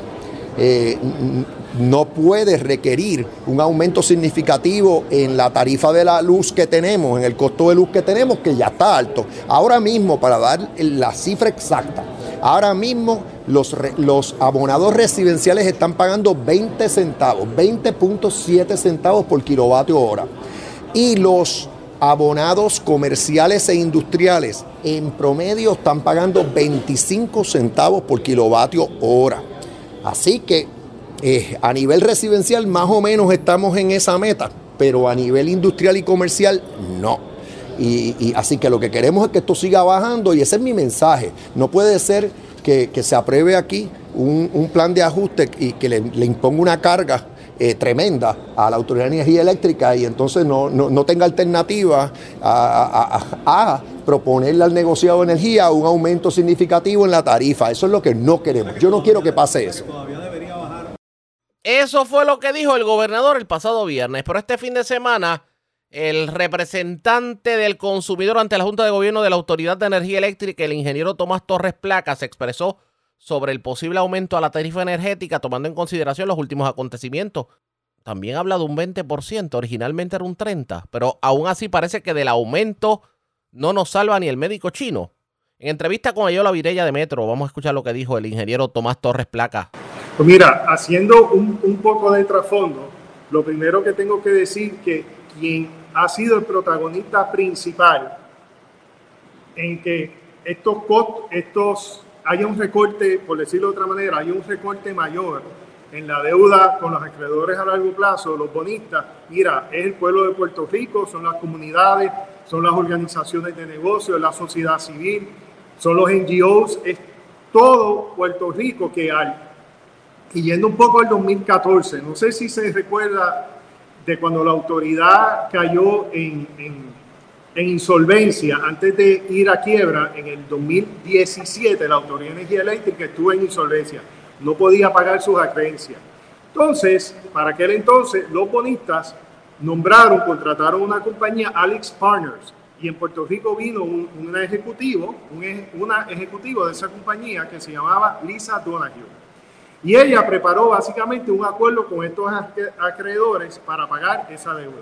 No puede requerir un aumento significativo en la tarifa de la luz que tenemos, en el costo de luz que tenemos, que ya está alto. Ahora mismo, para dar la cifra exacta, ahora mismo los abonados residenciales están pagando 20 centavos, 20.7 centavos por kilovatio hora. Y los abonados comerciales e industriales en promedio están pagando 25 centavos por kilovatio hora. Así que a nivel residencial más o menos estamos en esa meta, pero a nivel industrial y comercial no. Y así que lo que queremos es que esto siga bajando y ese es mi mensaje. No puede ser que se apruebe aquí un plan de ajuste y que le imponga una carga tremenda a la Autoridad de Energía Eléctrica y entonces no tenga alternativa a proponerle al negociado de energía un aumento significativo en la tarifa. Eso es lo que no queremos. Yo no quiero que pase eso. Eso fue lo que dijo el gobernador el pasado viernes, pero este fin de semana el representante del consumidor ante la Junta de Gobierno de la Autoridad de Energía Eléctrica, el ingeniero Tomás Torres Placa, se expresó sobre el posible aumento a la tarifa energética tomando en consideración los últimos acontecimientos. También habla de un 20%, originalmente era un 30%, pero aún así parece que del aumento no nos salva ni el médico chino. En entrevista con Ayola Virella de Metro, vamos a escuchar lo que dijo el ingeniero Tomás Torres Placa. Pues mira, haciendo un poco de trasfondo, lo primero que tengo que decir que quien ha sido el protagonista principal en que haya un recorte, por decirlo de otra manera, hay un recorte mayor en la deuda con los acreedores a largo plazo, los bonistas, mira, es el pueblo de Puerto Rico, son las comunidades, son las organizaciones de negocios, la sociedad civil, son los NGOs, es todo Puerto Rico que hay. Y yendo un poco al 2014, no sé si se recuerda de cuando la autoridad cayó en insolvencia, antes de ir a quiebra, en el 2017 la Autoridad de Energía Eléctrica estuvo en insolvencia, no podía pagar sus acreencias. Entonces, para aquel entonces, los bonistas contrataron una compañía, Alex Partners, y en Puerto Rico vino una ejecutiva de esa compañía que se llamaba Lisa Donahue. Y ella preparó básicamente un acuerdo con estos acreedores para pagar esa deuda.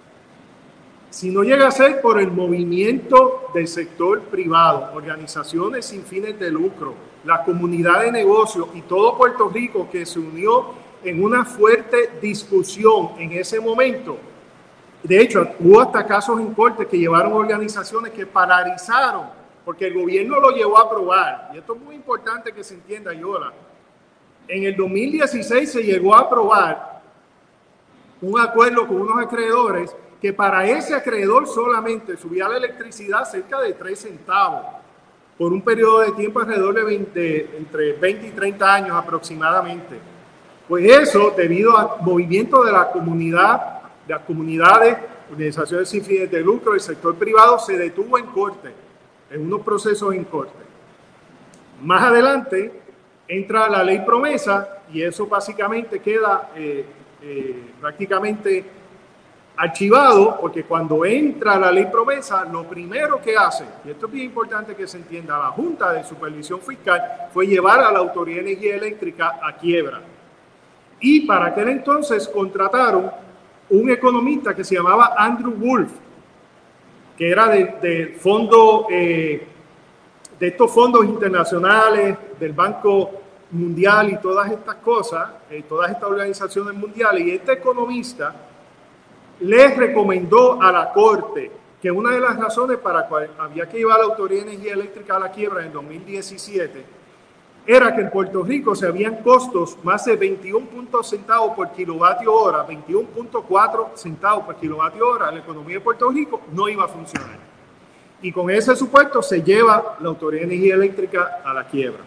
Si no llega a ser por el movimiento del sector privado, organizaciones sin fines de lucro, la comunidad de negocios y todo Puerto Rico que se unió en una fuerte discusión en ese momento. De hecho, hubo hasta casos en corte que llevaron organizaciones que paralizaron, porque el gobierno lo llevó a aprobar. Y esto es muy importante que se entienda, Yola. En el 2016 se llegó a aprobar un acuerdo con unos acreedores que para ese acreedor solamente subía la electricidad cerca de 3 centavos por un periodo de tiempo alrededor de entre 20 y 30 años aproximadamente. Pues eso, debido al movimiento de la comunidad, de las comunidades, organizaciones sin fines de lucro, el sector privado, se detuvo en corte, en unos procesos en corte. Más adelante entra la ley promesa y eso básicamente queda prácticamente archivado, porque cuando entra la ley promesa, lo primero que hace, y esto es bien importante que se entienda, la Junta de Supervisión Fiscal fue llevar a la Autoridad de Energía Eléctrica a quiebra. Y para aquel entonces contrataron un economista que se llamaba Andrew Wolf, que era de fondo, de estos fondos internacionales, del Banco Mundial y todas estas cosas, todas estas organizaciones mundiales, y este economista les recomendó a la Corte que una de las razones para la cual había que llevar a la Autoridad de Energía Eléctrica a la quiebra en 2017 era que en Puerto Rico se habían costos más de 21 centavos por kilovatio hora, 21.4 centavos por kilovatio hora, la economía de Puerto Rico no iba a funcionar. Y con ese supuesto se lleva la Autoridad de Energía Eléctrica a la quiebra.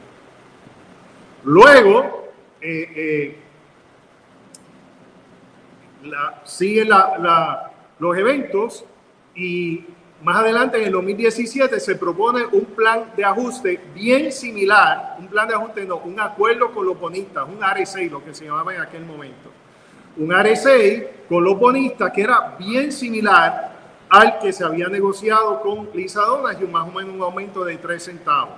Luego, siguen los eventos Y más adelante, en el 2017, se propone un plan de ajuste bien similar, un acuerdo con los bonistas, un AR6, lo que se llamaba en aquel momento. Un AR6 con los bonistas que era bien similar al que se había negociado con Lisa Donahue, más o menos un aumento de 3 centavos.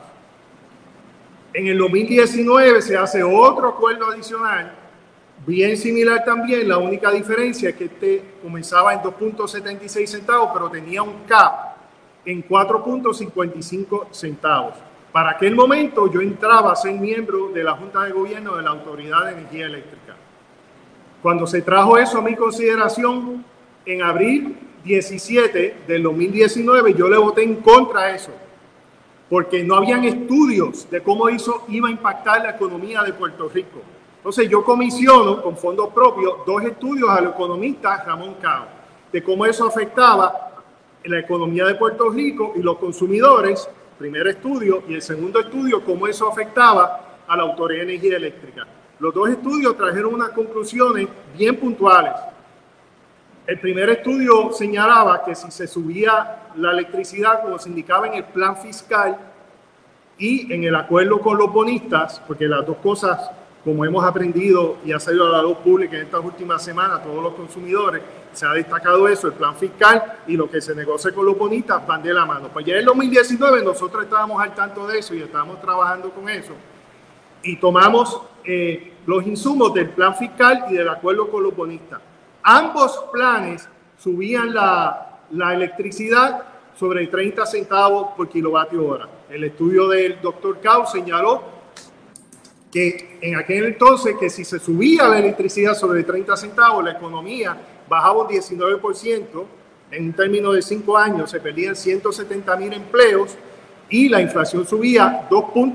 En el 2019 se hace otro acuerdo adicional, bien similar también. La única diferencia es que este comenzaba en 2.76 centavos, pero tenía un cap en 4.55 centavos. Para aquel momento yo entraba a ser miembro de la Junta de Gobierno de la Autoridad de Energía Eléctrica. Cuando se trajo eso a mi consideración, en abril 17 del 2019, yo le voté en contra de eso, porque no habían estudios de cómo eso iba a impactar la economía de Puerto Rico. Entonces yo comisiono con fondos propios 2 estudios al economista Ramón Cao de cómo eso afectaba la economía de Puerto Rico y los consumidores, primer estudio, y el segundo estudio, cómo eso afectaba a la Autoridad de Energía Eléctrica. Los 2 estudios trajeron unas conclusiones bien puntuales. El primer estudio señalaba que si se subía la electricidad, como se indicaba en el plan fiscal y en el acuerdo con los bonistas, porque las dos cosas, como hemos aprendido y ha salido a la luz pública en estas últimas semanas, todos los consumidores, se ha destacado eso, el plan fiscal y lo que se negocia con los bonistas van de la mano. Pues ya en el 2019 nosotros estábamos al tanto de eso y estábamos trabajando con eso y tomamos los insumos del plan fiscal y del acuerdo con los bonistas. Ambos planes subían la electricidad sobre 30 centavos por kilovatio hora. El estudio del doctor Cao señaló que en aquel entonces que si se subía la electricidad sobre 30 centavos, la economía bajaba un 19%, en un término de 5 años se perdían 170,000 empleos y la inflación subía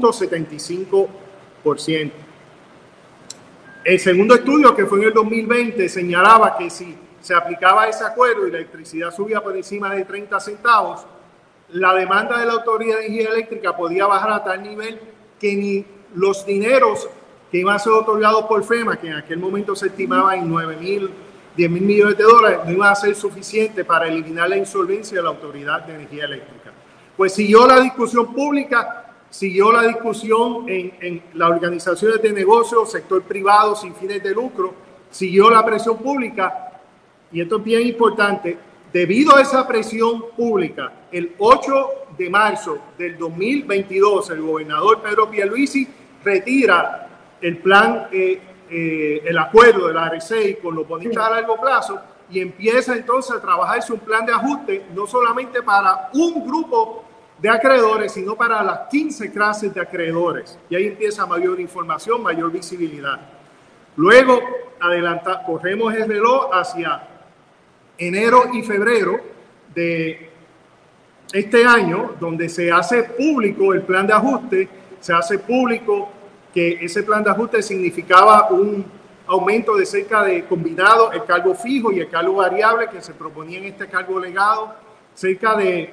2.75%. El segundo estudio, que fue en el 2020, señalaba que si se aplicaba ese acuerdo y la electricidad subía por encima de 30 centavos, la demanda de la Autoridad de Energía Eléctrica podía bajar a tal nivel que ni los dineros que iban a ser otorgados por FEMA, que en aquel momento se estimaba en 9,000, 10,000 millones de dólares, no iban a ser suficientes para eliminar la insolvencia de la Autoridad de Energía Eléctrica. Pues siguió la discusión pública, siguió la discusión en las organizaciones de negocios, sector privado sin fines de lucro, siguió la presión pública, y esto es bien importante. Debido a esa presión pública, el 8 de marzo del 2022, el gobernador Pedro Pierluisi retira el plan, el acuerdo de la AR6 con los bonistas a largo plazo y empieza entonces a trabajarse un plan de ajuste, no solamente para un grupo de acreedores, sino para las 15 clases de acreedores. Y ahí empieza mayor información, mayor visibilidad. Luego, corremos el reloj hacia enero y febrero de este año, donde se hace público el plan de ajuste, se hace público que ese plan de ajuste significaba un aumento de cerca de combinado el cargo fijo y el cargo variable que se proponía en este cargo legado, cerca de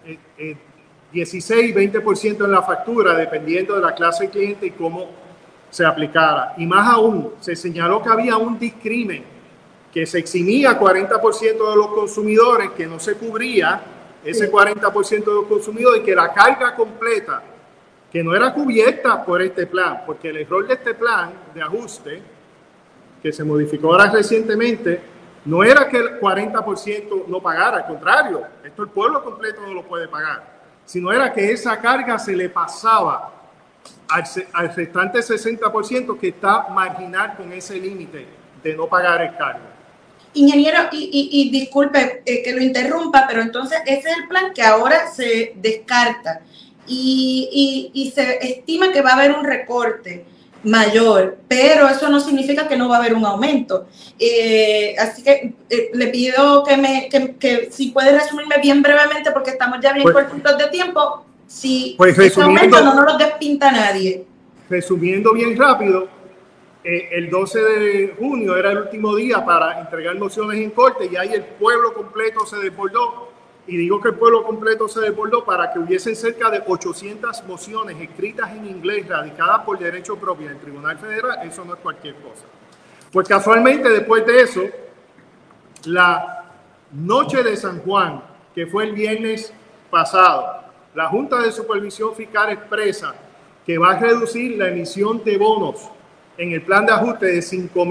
16-20% en la factura, dependiendo de la clase de cliente y cómo se aplicara. Y más aún, se señaló que había un discrimen, que se eximía 40% de los consumidores, que no se cubría ese 40% de los consumidores y que la carga completa, que no era cubierta por este plan, porque el error de este plan de ajuste, que se modificó ahora recientemente, no era que el 40% no pagara, al contrario, esto el pueblo completo no lo puede pagar, sino era que esa carga se le pasaba al restante 60% que está marginal con ese límite de no pagar el cargo. Ingeniero, y disculpe que lo interrumpa, pero entonces ese es el plan que ahora se descarta y se estima que va a haber un recorte mayor, pero eso no significa que no va a haber un aumento. Así que le pido que si puede resumirme bien brevemente, porque estamos ya bien cortitos de tiempo, si ese aumento no nos lo despinta nadie. Resumiendo bien rápido, el 12 de junio era el último día para entregar mociones en corte y ahí el pueblo completo se desbordó. Y digo que el pueblo completo se desbordó para que hubiesen cerca de 800 mociones escritas en inglés radicadas por derecho propio en el Tribunal Federal. Eso no es cualquier cosa. Pues casualmente después de eso, la noche de San Juan, que fue el viernes pasado. La Junta de Supervisión Fiscal expresa que va a reducir la emisión de bonos en el plan de ajuste de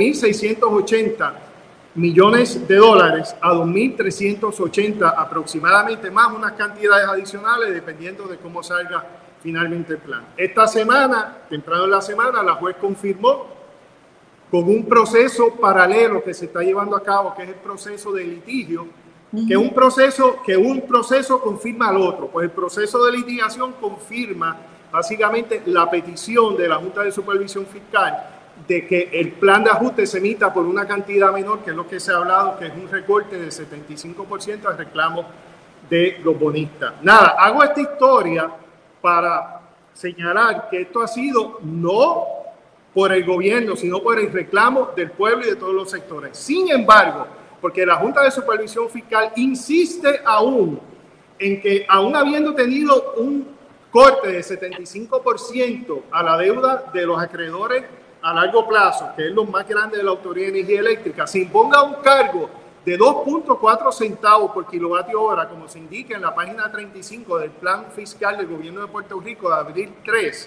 5.680 millones de dólares a 2.380 aproximadamente, más unas cantidades adicionales dependiendo de cómo salga finalmente el plan. Esta semana, temprano en la semana, la juez confirmó con un proceso paralelo que se está llevando a cabo, que es el proceso de litigio, que un proceso confirma al otro. Pues el proceso de litigación confirma básicamente la petición de la Junta de Supervisión Fiscal de que el plan de ajuste se emita por una cantidad menor, que es lo que se ha hablado, que es un recorte de 75% al reclamo de los bonistas. Nada, hago esta historia para señalar que esto ha sido no por el gobierno, sino por el reclamo del pueblo y de todos los sectores. Sin embargo, porque la Junta de Supervisión Fiscal insiste aún en que, aún habiendo tenido un corte de 75% a la deuda de los acreedores a largo plazo, que es lo más grande de la Autoridad de Energía Eléctrica, se imponga un cargo de 2.4 centavos por kilovatio hora, como se indica en la página 35 del Plan Fiscal del Gobierno de Puerto Rico de abril 3,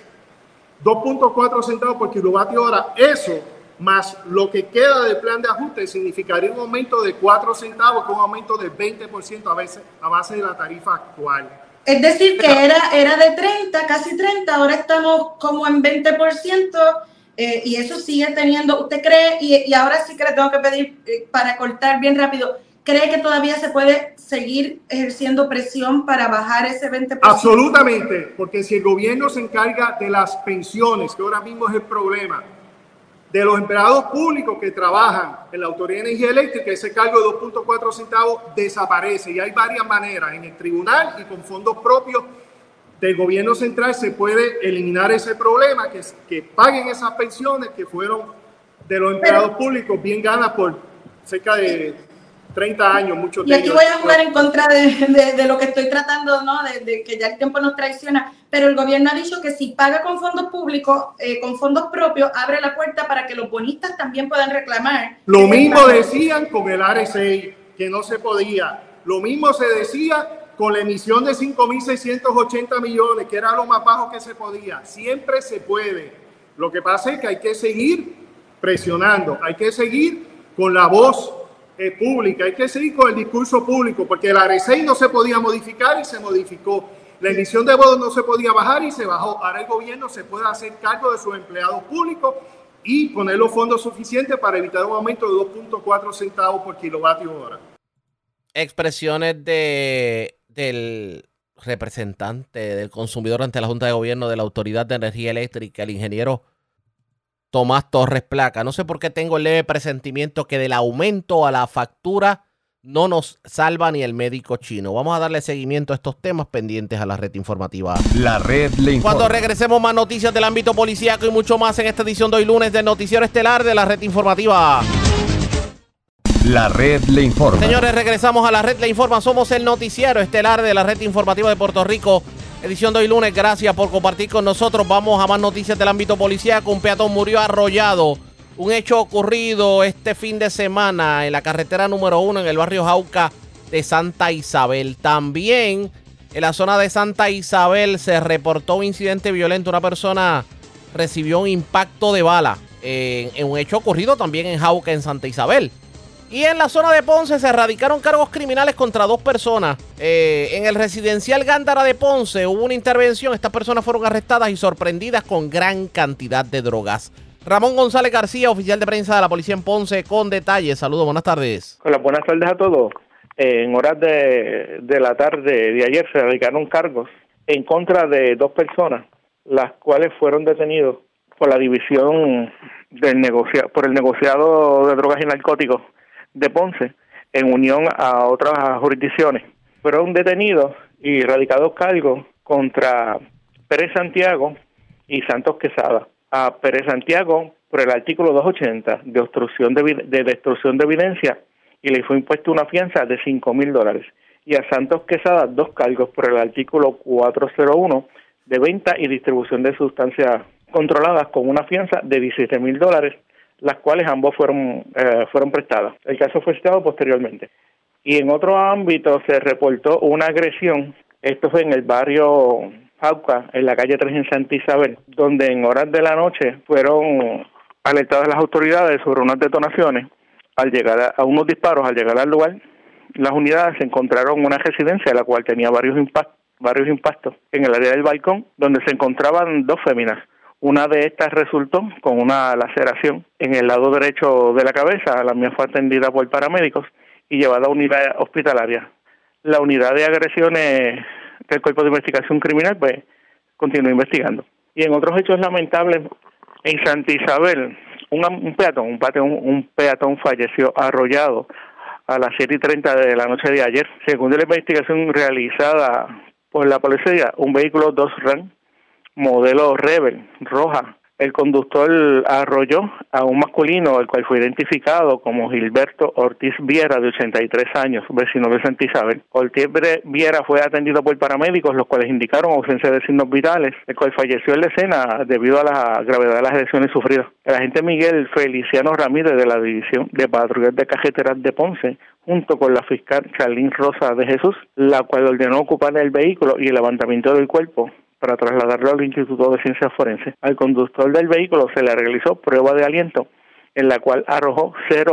2.4 centavos por kilovatio hora, eso más lo que queda del plan de ajuste significaría un aumento de 4 centavos, con un aumento del 20% a base de la tarifa actual. Es decir, que era de 30, casi 30, ahora estamos como en 20%, y eso sigue teniendo, ¿usted cree? Y ahora sí que le tengo que pedir, para cortar bien rápido, ¿cree que todavía se puede seguir ejerciendo presión para bajar ese 20%? Absolutamente, porque si el gobierno se encarga de las pensiones, que ahora mismo es el problema, de los empleados públicos que trabajan en la Autoridad de Energía Eléctrica, ese cargo de 2.4 centavos desaparece. Y hay varias maneras. En el tribunal y con fondos propios del gobierno central se puede eliminar ese problema, que paguen esas pensiones que fueron de los empleados públicos bien ganas por cerca de 30 años, mucho tiempo. Y aquí voy a jugar en contra de lo que estoy tratando, ¿no? De que ya el tiempo nos traiciona, pero el gobierno ha dicho que si paga con fondos públicos, con fondos propios, abre la puerta para que los bonistas también puedan reclamar. Lo mismo decían con el RSI, que no se podía. Lo mismo se decía con la emisión de 5.680 millones, que era lo más bajo que se podía. Siempre se puede. Lo que pasa es que hay que seguir presionando, hay que seguir con la voz pública, hay que seguir con el discurso público, porque el RSI no se podía modificar y se modificó. La emisión de bonos no se podía bajar y se bajó. Ahora el gobierno se puede hacer cargo de sus empleados públicos y poner los fondos suficientes para evitar un aumento de 2.4 centavos por kilovatio hora. Expresiones del representante del consumidor ante la Junta de Gobierno de la Autoridad de Energía Eléctrica, el ingeniero Tomás Torres Placa. No sé por qué tengo el leve presentimiento que del aumento a la factura no nos salva ni el médico chino. Vamos a darle seguimiento a estos temas pendientes a la red informativa. La red le informa. Cuando regresemos, más noticias del ámbito policíaco y mucho más en esta edición de hoy lunes del Noticiero Estelar de la red informativa. La red le informa. Señores, regresamos a la red le informa. Somos el Noticiero Estelar de la red informativa de Puerto Rico. Edición de hoy lunes. Gracias por compartir con nosotros. Vamos a más noticias del ámbito policíaco. Un peatón murió arrollado. Un hecho ocurrido este fin de semana en la carretera número 1 en el barrio Jauca de Santa Isabel. También en la zona de Santa Isabel se reportó un incidente violento. Una persona recibió un impacto de bala en un hecho ocurrido también en Jauca, en Santa Isabel. Y en la zona de Ponce se erradicaron cargos criminales contra 2 personas. En el residencial Gándara de Ponce hubo una intervención. Estas personas fueron arrestadas y sorprendidas con gran cantidad de drogas. Ramón González García, oficial de prensa de la policía en Ponce, con detalles. Saludos, buenas tardes. Hola, buenas tardes a todos. En horas de la tarde de ayer se erradicaron cargos en contra de 2 personas, las cuales fueron detenidos por la división por el negociado de drogas y narcóticos de Ponce, en unión a otras jurisdicciones. Fueron detenidos y radicados cargos contra Pérez Santiago y Santos Quesada. A Pérez Santiago por el artículo 280 de obstrucción de destrucción de evidencia, y le fue impuesta una fianza de $5,000. Y a Santos Quesada 2 cargos por el artículo 401 de venta y distribución de sustancias controladas con una fianza de $17,000, las cuales ambos fueron prestadas. El caso fue citado posteriormente. Y en otro ámbito se reportó una agresión, esto fue en el barrio Jauca, en la calle 3 en Santa Isabel, donde en horas de la noche fueron alertadas las autoridades sobre unas detonaciones. Al llegar a unos disparos, al llegar al lugar, las unidades encontraron una residencia, la cual tenía varios impactos en el área del balcón, donde se encontraban 2 féminas. Una de estas resultó con una laceración en el lado derecho de la cabeza. La mía fue atendida por paramédicos y llevada a unidad hospitalaria. La unidad de agresiones del Cuerpo de Investigación Criminal pues continúa investigando. Y en otros hechos lamentables, en Santa Isabel, un peatón falleció arrollado a las 7:30 de la noche de ayer. Según la investigación realizada por la policía, un vehículo Dodge Ram modelo Rebel roja. El conductor arrolló a un masculino, el cual fue identificado como Gilberto Ortiz Viera, de 83 años, vecino de Santa Isabel. Ortiz Viera fue atendido por paramédicos, los cuales indicaron ausencia de signos vitales, el cual falleció en la escena debido a la gravedad de las lesiones sufridas. El agente Miguel Feliciano Ramírez, de la División de Patrullas de Carreteras de Ponce, junto con la fiscal Charlín Rosa de Jesús, la cual ordenó ocupar el vehículo y el levantamiento del cuerpo para trasladarlo al Instituto de Ciencias Forenses. Al conductor del vehículo se le realizó prueba de aliento, en la cual arrojó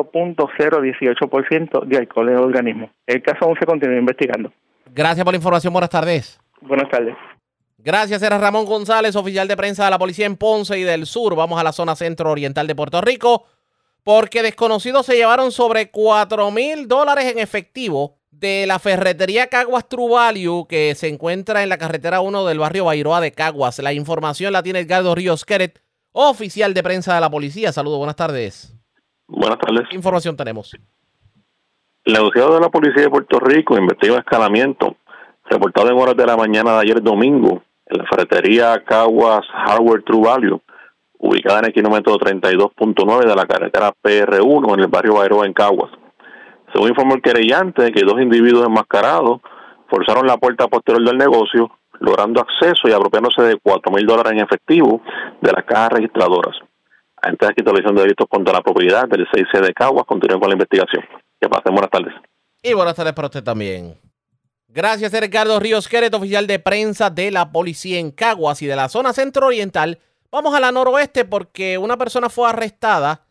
0.018% de alcohol en el organismo. El caso aún se continúa investigando. Gracias por la información. Buenas tardes. Buenas tardes. Gracias, era Ramón González, oficial de prensa de la policía en Ponce y del Sur. Vamos a la zona centro-oriental de Puerto Rico, porque desconocidos se llevaron sobre $4,000 en efectivo de la ferretería Caguas True Value, que se encuentra en la carretera 1 del barrio Bairoa de Caguas. La información la tiene Edgardo Ríos Queret, oficial de prensa de la policía. Saludos, buenas tardes. Buenas tardes. ¿Qué información tenemos? El negociado de la policía de Puerto Rico investiga un escalamiento reportado en horas de la mañana de ayer domingo en la ferretería Caguas Hardware True Value, ubicada en el kilómetro 32.9 de la carretera PR1 en el barrio Bairoa en Caguas. Según informó el querellante, que 2 individuos enmascarados forzaron la puerta posterior del negocio, logrando acceso y apropiándose de $4,000 en efectivo de las cajas registradoras. Agentes de titulación de delitos contra la propiedad del 6C de Caguas continúan con la investigación. Que pasen buenas tardes. Y buenas tardes para usted también. Gracias, Ricardo Ríos Queret, oficial de prensa de la policía en Caguas y de la zona centro-oriental. Vamos a la noroeste porque una persona fue arrestada.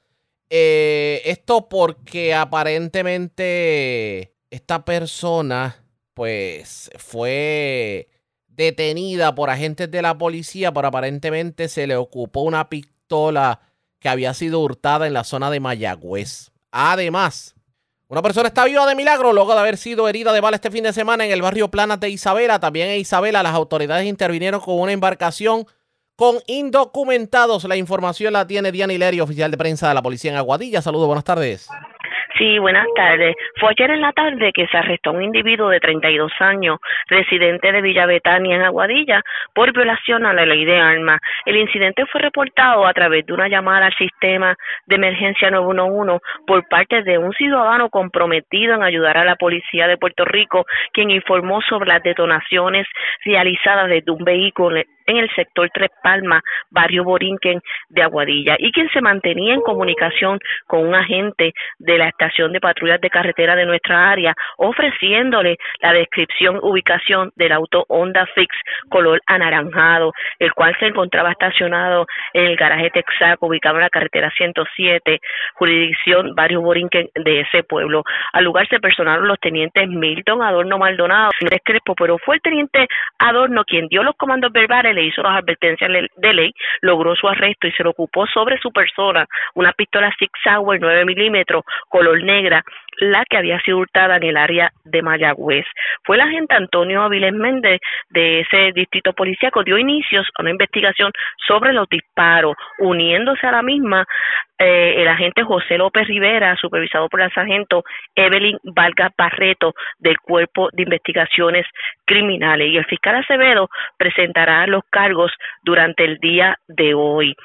Esto porque aparentemente esta persona pues fue detenida por agentes de la policía, pero aparentemente se le ocupó una pistola que había sido hurtada en la zona de Mayagüez. Además, una persona está viva de milagro luego de haber sido herida de bala este fin de semana en el barrio Planas de Isabela. También en Isabela las autoridades intervinieron con una embarcación con indocumentados. La información la tiene Diana Hilerio, oficial de prensa de la policía en Aguadilla. Saludos, buenas tardes. Sí, buenas tardes. Fue ayer en la tarde que se arrestó a un individuo de 32 años, residente de Villa Betania en Aguadilla, por violación a la ley de armas. El incidente fue reportado a través de una llamada al sistema de emergencia 911 por parte de un ciudadano comprometido en ayudar a la policía de Puerto Rico, quien informó sobre las detonaciones realizadas desde un vehículo en el sector Tres Palmas, barrio Borinquen de Aguadilla, y quien se mantenía en comunicación con un agente de la estación de patrullas de carretera de nuestra área, ofreciéndole la descripción, ubicación del auto Honda Fix color anaranjado, el cual se encontraba estacionado en el garaje Texaco, ubicado en la carretera 107, jurisdicción barrio Borinquen de ese pueblo. Al lugar se personaron los tenientes Milton Adorno Maldonado y Andrés Crespo, pero fue el teniente Adorno quien dio los comandos verbales, le hizo las advertencias de ley, logró su arresto y se lo ocupó sobre su persona una pistola Sig Sauer 9 milímetros color negra, la que había sido hurtada en el área de Mayagüez. Fue el agente Antonio Avilés Méndez de ese distrito policíaco, dio inicios a una investigación sobre los disparos, uniéndose a la misma el agente José López Rivera, supervisado por la sargento Evelyn Vargas Barreto del Cuerpo de Investigaciones Criminales, y el fiscal Acevedo presentará los cargos durante el día de hoy.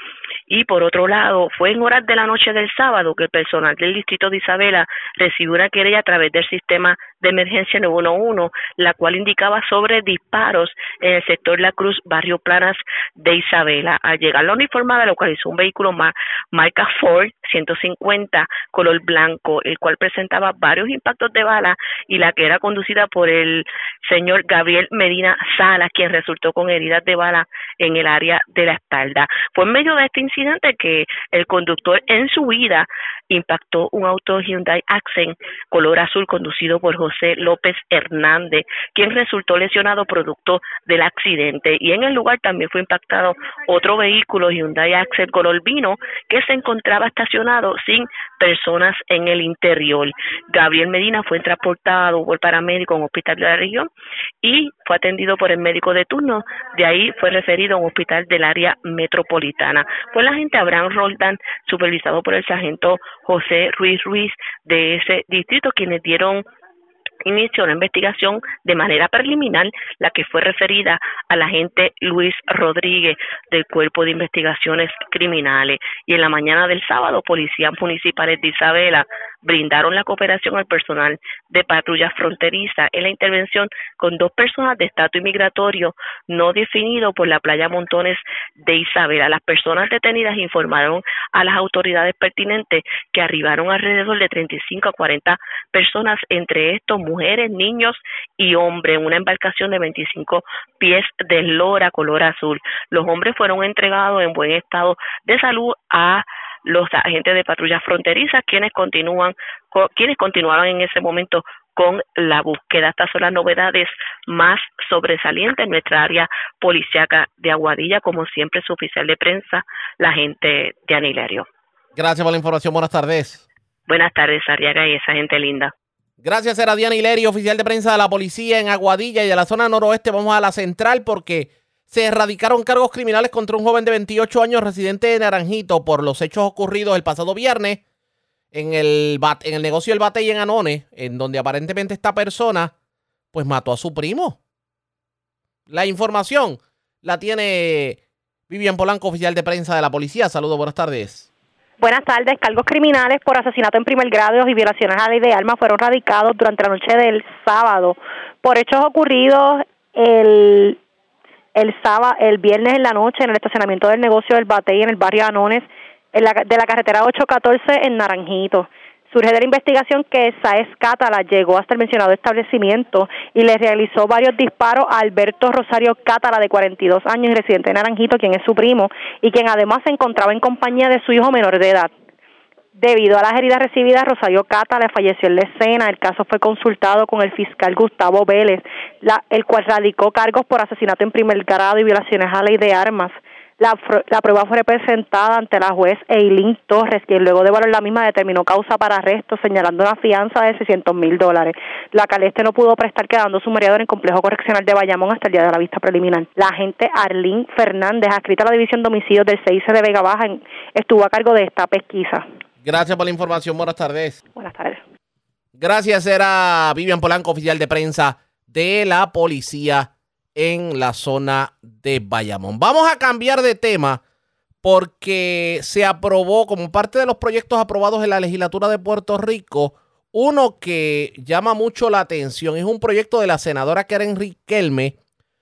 Y por otro lado, fue en horas de la noche del sábado que el personal del distrito de Isabela recibió una querella a través del sistema de emergencia 911, la cual indicaba sobre disparos en el sector La Cruz, barrio Planas de Isabela. Al llegar la uniformada localizó un vehículo marca Ford 150 color blanco, el cual presentaba varios impactos de bala y la que era conducida por el señor Gabriel Medina Salas, quien resultó con heridas de bala en el área de la espalda. Fue en medio de este incidente que el conductor en su huida impactó un auto Hyundai Accent color azul conducido por José López Hernández, quien resultó lesionado producto del accidente. Y en el lugar también fue impactado otro vehículo Hyundai Accent color vino que se encontraba estacionado sin personas en el interior. Gabriel Medina fue transportado por paramédico a un hospital de la región y fue atendido por el médico de turno. De ahí fue referido a un hospital del área metropolitana. Fue el agente Abraham Roldán, supervisado por el sargento José Ruiz de ese distrito, quienes dieron inició una investigación de manera preliminar, la que fue referida al agente Luis Rodríguez del Cuerpo de Investigaciones Criminales. Y en la mañana del sábado, policías municipales de Isabela brindaron la cooperación al personal de patrulla fronteriza en la intervención con 2 personas de estatus inmigratorio no definido por la playa Montones de Isabela. Las personas detenidas informaron a las autoridades pertinentes que arribaron alrededor de 35 a 40 personas, entre estos mujeres, niños y hombres, en una embarcación de 25 pies de eslora color azul. Los hombres fueron entregados en buen estado de salud a los agentes de patrulla fronteriza, quienes continuaron en ese momento con la búsqueda. Estas son las novedades más sobresalientes en nuestra área policíaca de Aguadilla, como siempre su oficial de prensa, la agente Diana Hilerio. Gracias por la información, buenas tardes. Buenas tardes, Arriaga, y esa gente linda. Gracias, era Diana Hilerio, oficial de prensa de la policía en Aguadilla y de la zona noroeste. Vamos a la central porque se erradicaron cargos criminales contra un joven de 28 años residente de Naranjito por los hechos ocurridos el pasado viernes en el negocio del Batey en Anones, en donde aparentemente esta persona pues mató a su primo. La información la tiene Vivian Polanco, oficial de prensa de la policía. Saludos, buenas tardes. Buenas tardes. Cargos criminales por asesinato en primer grado y violaciones a la ley de armas fueron radicados durante la noche del sábado por hechos ocurridos el viernes en la noche en el estacionamiento del negocio del Batey en el barrio Anones de la carretera 814 en Naranjito. Surge de la investigación que Saez Cátala llegó hasta el mencionado establecimiento y le realizó varios disparos a Alberto Rosario Cátala, de 42 años y residente de Naranjito, quien es su primo y quien además se encontraba en compañía de su hijo menor de edad. Debido a las heridas recibidas, Rosario Cátala falleció en la escena. El caso fue consultado con el fiscal Gustavo Vélez, el cual radicó cargos por asesinato en primer grado y violaciones a la ley de armas. La prueba fue presentada ante la juez Eileen Torres, quien luego de evaluar la misma determinó causa para arresto, señalando una fianza de $600,000, la cual no pudo prestar, quedando sumariado en el complejo correccional de Bayamón hasta el día de la vista preliminar. La agente Arlene Fernández, adscrita a la División de Homicidios del CIC de Vega Baja, estuvo a cargo de esta pesquisa. Gracias por la información, buenas tardes. Buenas tardes. Gracias, era Vivian Polanco, oficial de prensa de la policía en la zona de Bayamón. Vamos a cambiar de tema porque se aprobó como parte de los proyectos aprobados en la legislatura de Puerto Rico, uno que llama mucho la atención. Es un proyecto de la senadora Keren Riquelme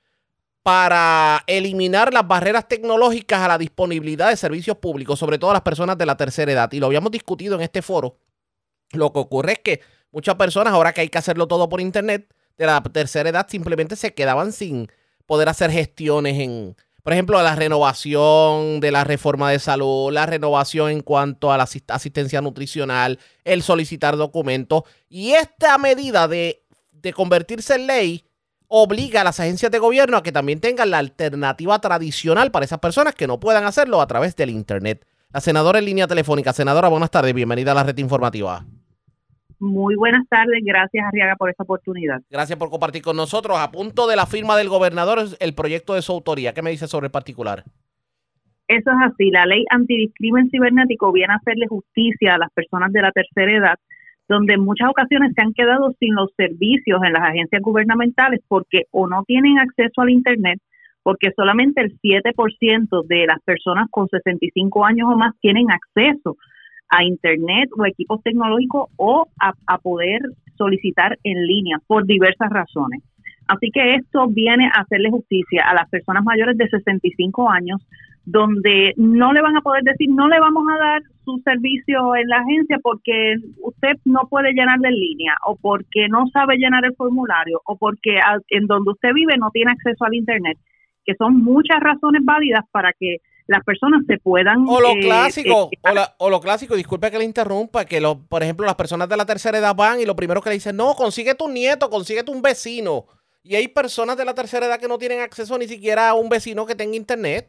para eliminar las barreras tecnológicas a la disponibilidad de servicios públicos, sobre todo a las personas de la tercera edad. Y lo habíamos discutido en este foro. Lo que ocurre es que muchas personas, ahora que hay que hacerlo todo por internet, de la tercera edad simplemente se quedaban sin poder hacer gestiones en, por ejemplo, la renovación de la reforma de salud, la renovación en cuanto a la asistencia nutricional, el solicitar documentos. Y esta medida de convertirse en ley obliga a las agencias de gobierno a que también tengan la alternativa tradicional para esas personas que no puedan hacerlo a través del internet. La senadora en línea telefónica. Senadora, buenas tardes, bienvenida a la red informativa. Muy buenas tardes, gracias Arriaga por esta oportunidad. Gracias por compartir con nosotros. A punto de la firma del gobernador el proyecto de su autoría. ¿Qué me dice sobre el particular? Eso es así, la ley antidiscrimen cibernético viene a hacerle justicia a las personas de la tercera edad, donde en muchas ocasiones se han quedado sin los servicios en las agencias gubernamentales porque o no tienen acceso al internet porque solamente el 7% de las personas con 65 años o más tienen acceso a Internet o equipos tecnológicos o a poder solicitar en línea por diversas razones. Así que esto viene a hacerle justicia a las personas mayores de 65 años, donde no le van a poder decir, no le vamos a dar su servicio en la agencia porque usted no puede llenarlo en línea, o porque no sabe llenar el formulario, o porque en donde usted vive no tiene acceso al Internet, que son muchas razones válidas para que las personas se puedan... O lo clásico, o lo clásico, disculpe que le interrumpa, que por ejemplo las personas de la tercera edad van y lo primero que le dicen, no, consíguete un nieto, consíguete un vecino. Y hay personas de la tercera edad que no tienen acceso ni siquiera a un vecino que tenga Internet.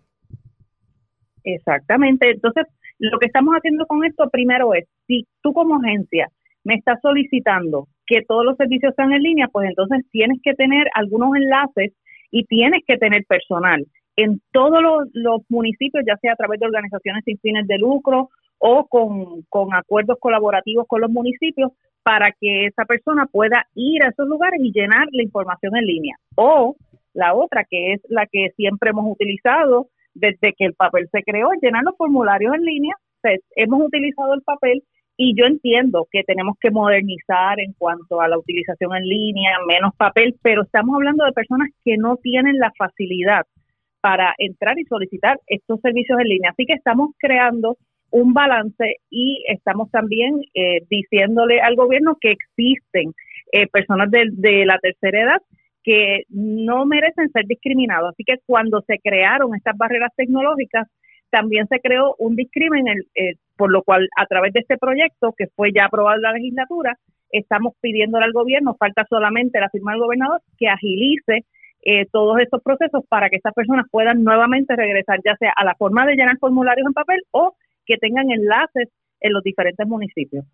Exactamente. Entonces, lo que estamos haciendo con esto primero es, si tú como agencia me estás solicitando que todos los servicios sean en línea, pues entonces tienes que tener algunos enlaces y tienes que tener personal en todos los municipios, ya sea a través de organizaciones sin fines de lucro o con acuerdos colaborativos con los municipios, para que esa persona pueda ir a esos lugares y llenar la información en línea. O la otra, que es la que siempre hemos utilizado desde que el papel se creó, es llenar los formularios en línea. Pues, hemos utilizado el papel y yo entiendo que tenemos que modernizar en cuanto a la utilización en línea, menos papel, pero estamos hablando de personas que no tienen la facilidad para entrar y solicitar estos servicios en línea. Así que estamos creando un balance y estamos también diciéndole al gobierno que existen personas de la tercera edad que no merecen ser discriminados. Así que cuando se crearon estas barreras tecnológicas, también se creó un discrimen, por lo cual a través de este proyecto, que fue ya aprobado en la legislatura, estamos pidiéndole al gobierno, falta solamente la firma del gobernador, que agilice todos estos procesos para que estas personas puedan nuevamente regresar, ya sea a la forma de llenar formularios en papel o que tengan enlaces en los diferentes municipios.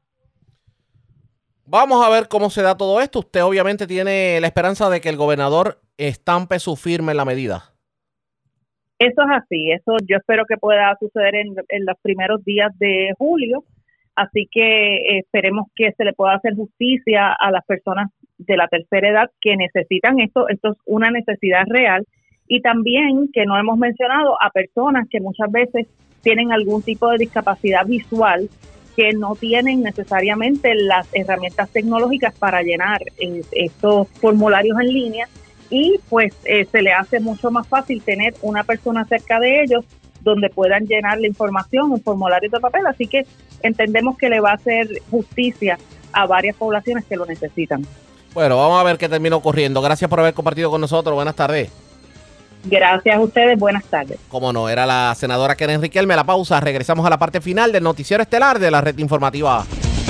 Vamos a ver cómo se da todo esto. Usted obviamente tiene la esperanza de que el gobernador estampe su firma en la medida. Eso es así, eso yo espero que pueda suceder en los primeros días de julio, así que esperemos que se le pueda hacer justicia a las personas de la tercera edad que necesitan esto es una necesidad real, y también, que no hemos mencionado, a personas que muchas veces tienen algún tipo de discapacidad visual, que no tienen necesariamente las herramientas tecnológicas para llenar estos formularios en línea, y pues se le hace mucho más fácil tener una persona cerca de ellos donde puedan llenar la información en formularios de papel. Así que entendemos que le va a hacer justicia a varias poblaciones que lo necesitan. Bueno, vamos a ver qué termina ocurriendo. Gracias por haber compartido con nosotros. Buenas tardes. Gracias a ustedes. Buenas tardes. Cómo no, era la senadora Keren Riquelme. A la pausa, regresamos a la parte final del noticiero estelar de la Red Informativa.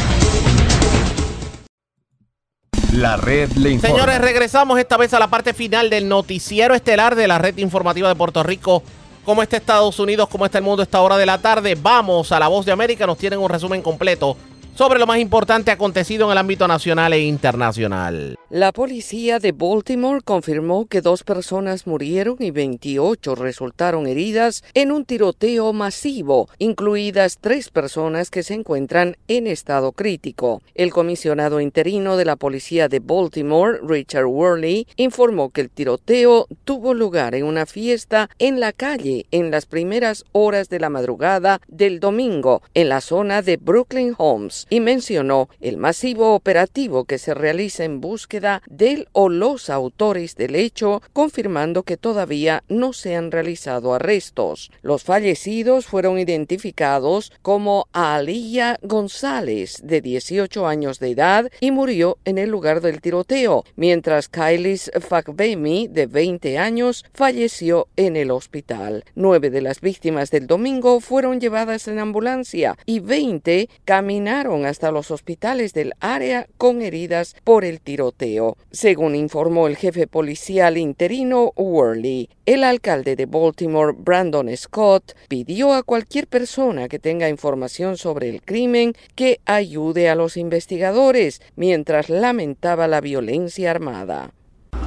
La Red le informa. Señores, regresamos esta vez a la parte final del noticiero estelar de la Red Informativa de Puerto Rico. ¿Cómo está Estados Unidos? ¿Cómo está el mundo a esta hora de la tarde? Vamos a La Voz de América. Nos tienen un resumen completo sobre lo más importante acontecido en el ámbito nacional e internacional. La policía de Baltimore confirmó que 2 personas murieron y 28 resultaron heridas en un tiroteo masivo, incluidas 3 personas que se encuentran en estado crítico. El comisionado interino de la policía de Baltimore, Richard Worley, informó que el tiroteo tuvo lugar en una fiesta en la calle en las primeras horas de la madrugada del domingo, en la zona de Brooklyn Homes, y mencionó el masivo operativo que se realiza en búsqueda del o los autores del hecho, confirmando que todavía no se han realizado arrestos. Los fallecidos fueron identificados como Aaliyah González, de 18 años de edad, y murió en el lugar del tiroteo, mientras Kailis Fakbemi, de 20 años, falleció en el hospital. 9 de las víctimas del domingo fueron llevadas en ambulancia y 20 caminaron hasta los hospitales del área con heridas por el tiroteo. Según informó el jefe policial interino Worley, el alcalde de Baltimore, Brandon Scott, pidió a cualquier persona que tenga información sobre el crimen que ayude a los investigadores, mientras lamentaba la violencia armada.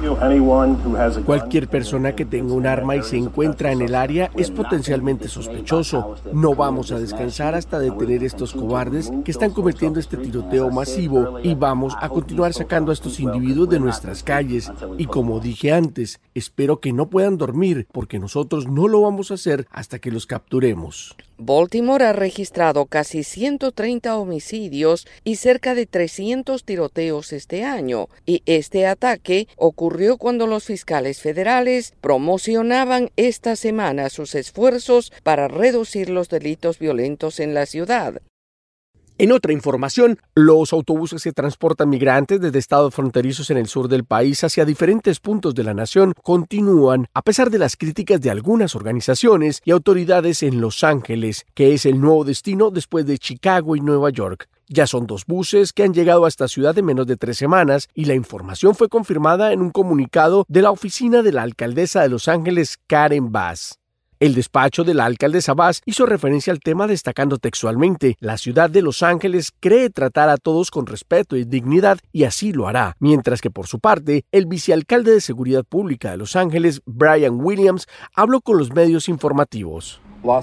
Cualquier persona que tenga un arma y se encuentra en el área es potencialmente sospechoso. No vamos a descansar hasta detener a estos cobardes que están cometiendo este tiroteo masivo y vamos a continuar sacando a estos individuos de nuestras calles. Y como dije antes, espero que no puedan dormir porque nosotros no lo vamos a hacer hasta que los capturemos. Baltimore ha registrado casi 130 homicidios y cerca de 300 tiroteos este año, y este ataque ocurrió cuando los fiscales federales promocionaban esta semana sus esfuerzos para reducir los delitos violentos en la ciudad. En otra información, los autobuses que transportan migrantes desde estados fronterizos en el sur del país hacia diferentes puntos de la nación continúan a pesar de las críticas de algunas organizaciones y autoridades en Los Ángeles, que es el nuevo destino después de Chicago y Nueva York. Ya son 2 buses que han llegado a esta ciudad en menos de 3 semanas y la información fue confirmada en un comunicado de la oficina de la alcaldesa de Los Ángeles, Karen Bass. El despacho de la alcaldesa Bass hizo referencia al tema destacando textualmente: la ciudad de Los Ángeles cree tratar a todos con respeto y dignidad y así lo hará, mientras que por su parte, el vicealcalde de Seguridad Pública de Los Ángeles, Brian Williams, habló con los medios informativos.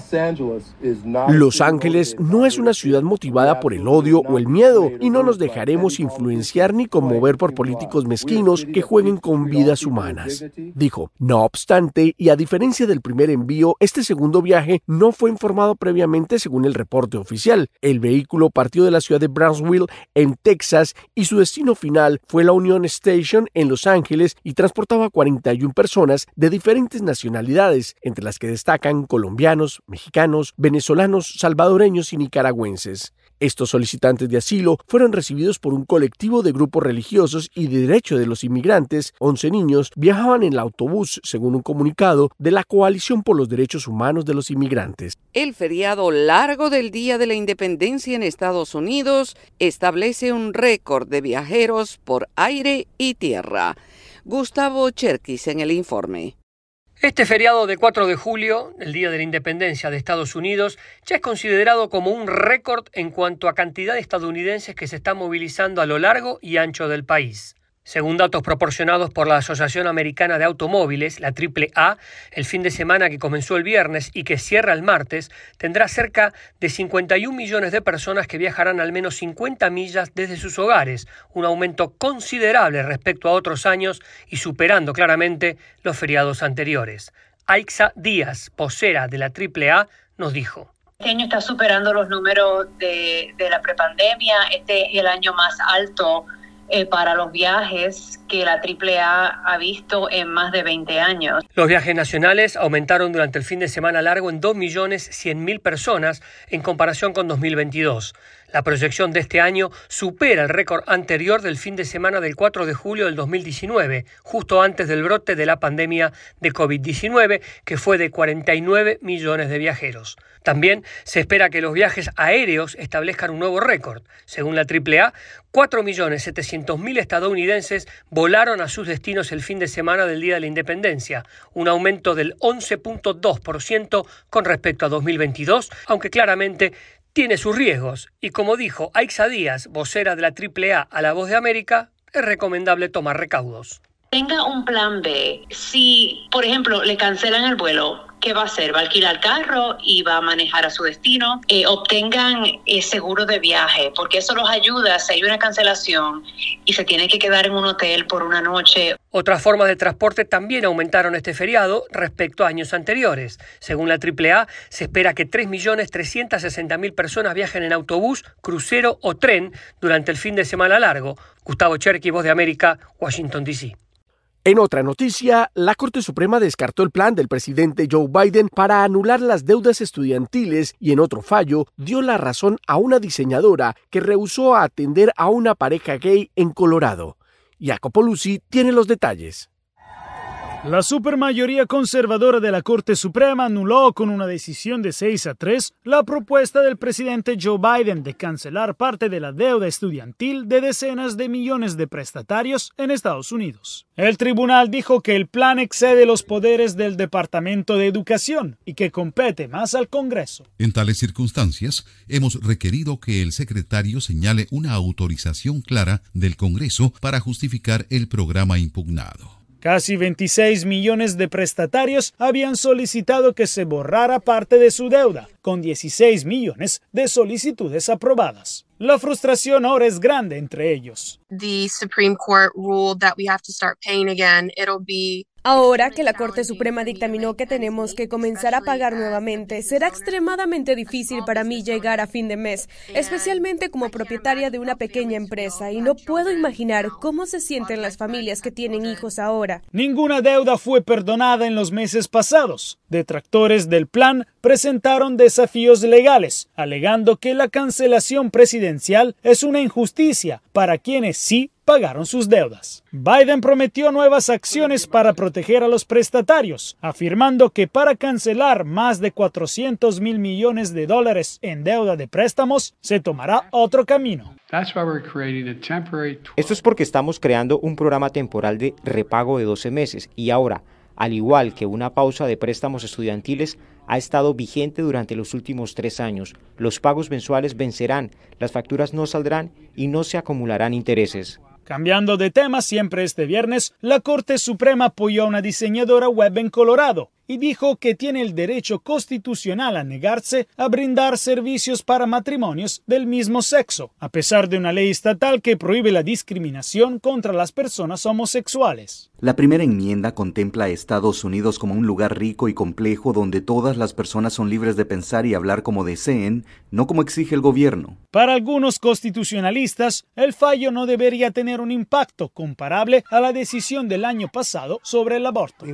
Los Ángeles no es una ciudad motivada por el odio o el miedo y no nos dejaremos influenciar ni conmover por políticos mezquinos que jueguen con vidas humanas, dijo. No obstante, y a diferencia del primer envío, este segundo viaje no fue informado previamente según el reporte oficial. El vehículo partió de la ciudad de Brownsville, en Texas, y su destino final fue la Union Station en Los Ángeles y transportaba a 41 personas de diferentes nacionalidades, entre las que destacan colombianos, mexicanos, venezolanos, salvadoreños y nicaragüenses. Estos solicitantes de asilo fueron recibidos por un colectivo de grupos religiosos y de derecho de los inmigrantes. 11 niños viajaban en el autobús, según un comunicado de la Coalición por los Derechos Humanos de los Inmigrantes. El feriado largo del Día de la Independencia en Estados Unidos establece un récord de viajeros por aire y tierra. Gustavo Cherkis en el informe. Este feriado del 4 de julio, el Día de la Independencia de Estados Unidos, ya es considerado como un récord en cuanto a cantidad de estadounidenses que se están movilizando a lo largo y ancho del país. Según datos proporcionados por la Asociación Americana de Automóviles, la AAA, el fin de semana que comenzó el viernes y que cierra el martes, tendrá cerca de 51 millones de personas que viajarán al menos 50 millas desde sus hogares, un aumento considerable respecto a otros años y superando claramente los feriados anteriores. Aixa Díaz, vocera de la AAA, nos dijo. Este año está superando los números de la prepandemia, este es el año más alto para los viajes que la AAA ha visto en más de 20 años. Los viajes nacionales aumentaron durante el fin de semana largo en 2.100.000 personas en comparación con 2022. La proyección de este año supera el récord anterior del fin de semana del 4 de julio del 2019, justo antes del brote de la pandemia de COVID-19, que fue de 49 millones de viajeros. También se espera que los viajes aéreos establezcan un nuevo récord. Según la AAA, 4.700.000 estadounidenses volaron a sus destinos el fin de semana del Día de la Independencia, un aumento del 11.2% con respecto a 2022, aunque claramente tiene sus riesgos. Y como dijo Aixa Díaz, vocera de la AAA a La Voz de América, es recomendable tomar recaudos. Tenga un plan B. Si, por ejemplo, le cancelan el vuelo, ¿qué va a hacer? ¿Va a alquilar carro y va a manejar a su destino? Obtengan seguro de viaje, porque eso los ayuda si hay una cancelación y se tiene que quedar en un hotel por una noche. Otras formas de transporte también aumentaron este feriado respecto a años anteriores. Según la AAA, se espera que 3.360.000 personas viajen en autobús, crucero o tren durante el fin de semana largo. Gustavo Cherkis, Voz de América, Washington, D.C. En otra noticia, la Corte Suprema descartó el plan del presidente Joe Biden para anular las deudas estudiantiles y en otro fallo dio la razón a una diseñadora que rehusó a atender a una pareja gay en Colorado. Jacopo Luzzi tiene los detalles. La supermayoría conservadora de la Corte Suprema anuló con una decisión de 6-3 la propuesta del presidente Joe Biden de cancelar parte de la deuda estudiantil de decenas de millones de prestatarios en Estados Unidos. El tribunal dijo que el plan excede los poderes del Departamento de Educación y que compete más al Congreso. En tales circunstancias, hemos requerido que el secretario señale una autorización clara del Congreso para justificar el programa impugnado. Casi 26 millones de prestatarios habían solicitado que se borrara parte de su deuda, con 16 millones de solicitudes aprobadas. La frustración ahora es grande entre ellos. Ahora que la Corte Suprema dictaminó que tenemos que comenzar a pagar nuevamente, será extremadamente difícil para mí llegar a fin de mes, especialmente como propietaria de una pequeña empresa, y no puedo imaginar cómo se sienten las familias que tienen hijos ahora. Ninguna deuda fue perdonada en los meses pasados. Detractores del plan presentaron desafíos legales, alegando que la cancelación presidencial es una injusticia para quienes sí pagaron sus deudas. Biden prometió nuevas acciones para proteger a los prestatarios, afirmando que para cancelar más de $400 mil millones en deuda de préstamos, se tomará otro camino. Esto es porque estamos creando un programa temporal de repago de 12 meses y ahora, al igual que una pausa de préstamos estudiantiles, ha estado vigente durante los últimos 3 años. Los pagos mensuales vencerán, las facturas no saldrán y no se acumularán intereses. Cambiando de tema, siempre este viernes, la Corte Suprema apoyó a una diseñadora web en Colorado y dijo que tiene el derecho constitucional a negarse a brindar servicios para matrimonios del mismo sexo, a pesar de una ley estatal que prohíbe la discriminación contra las personas homosexuales. La primera enmienda contempla a Estados Unidos como un lugar rico y complejo donde todas las personas son libres de pensar y hablar como deseen, no como exige el gobierno. Para algunos constitucionalistas, el fallo no debería tener un impacto comparable a la decisión del año pasado sobre el aborto.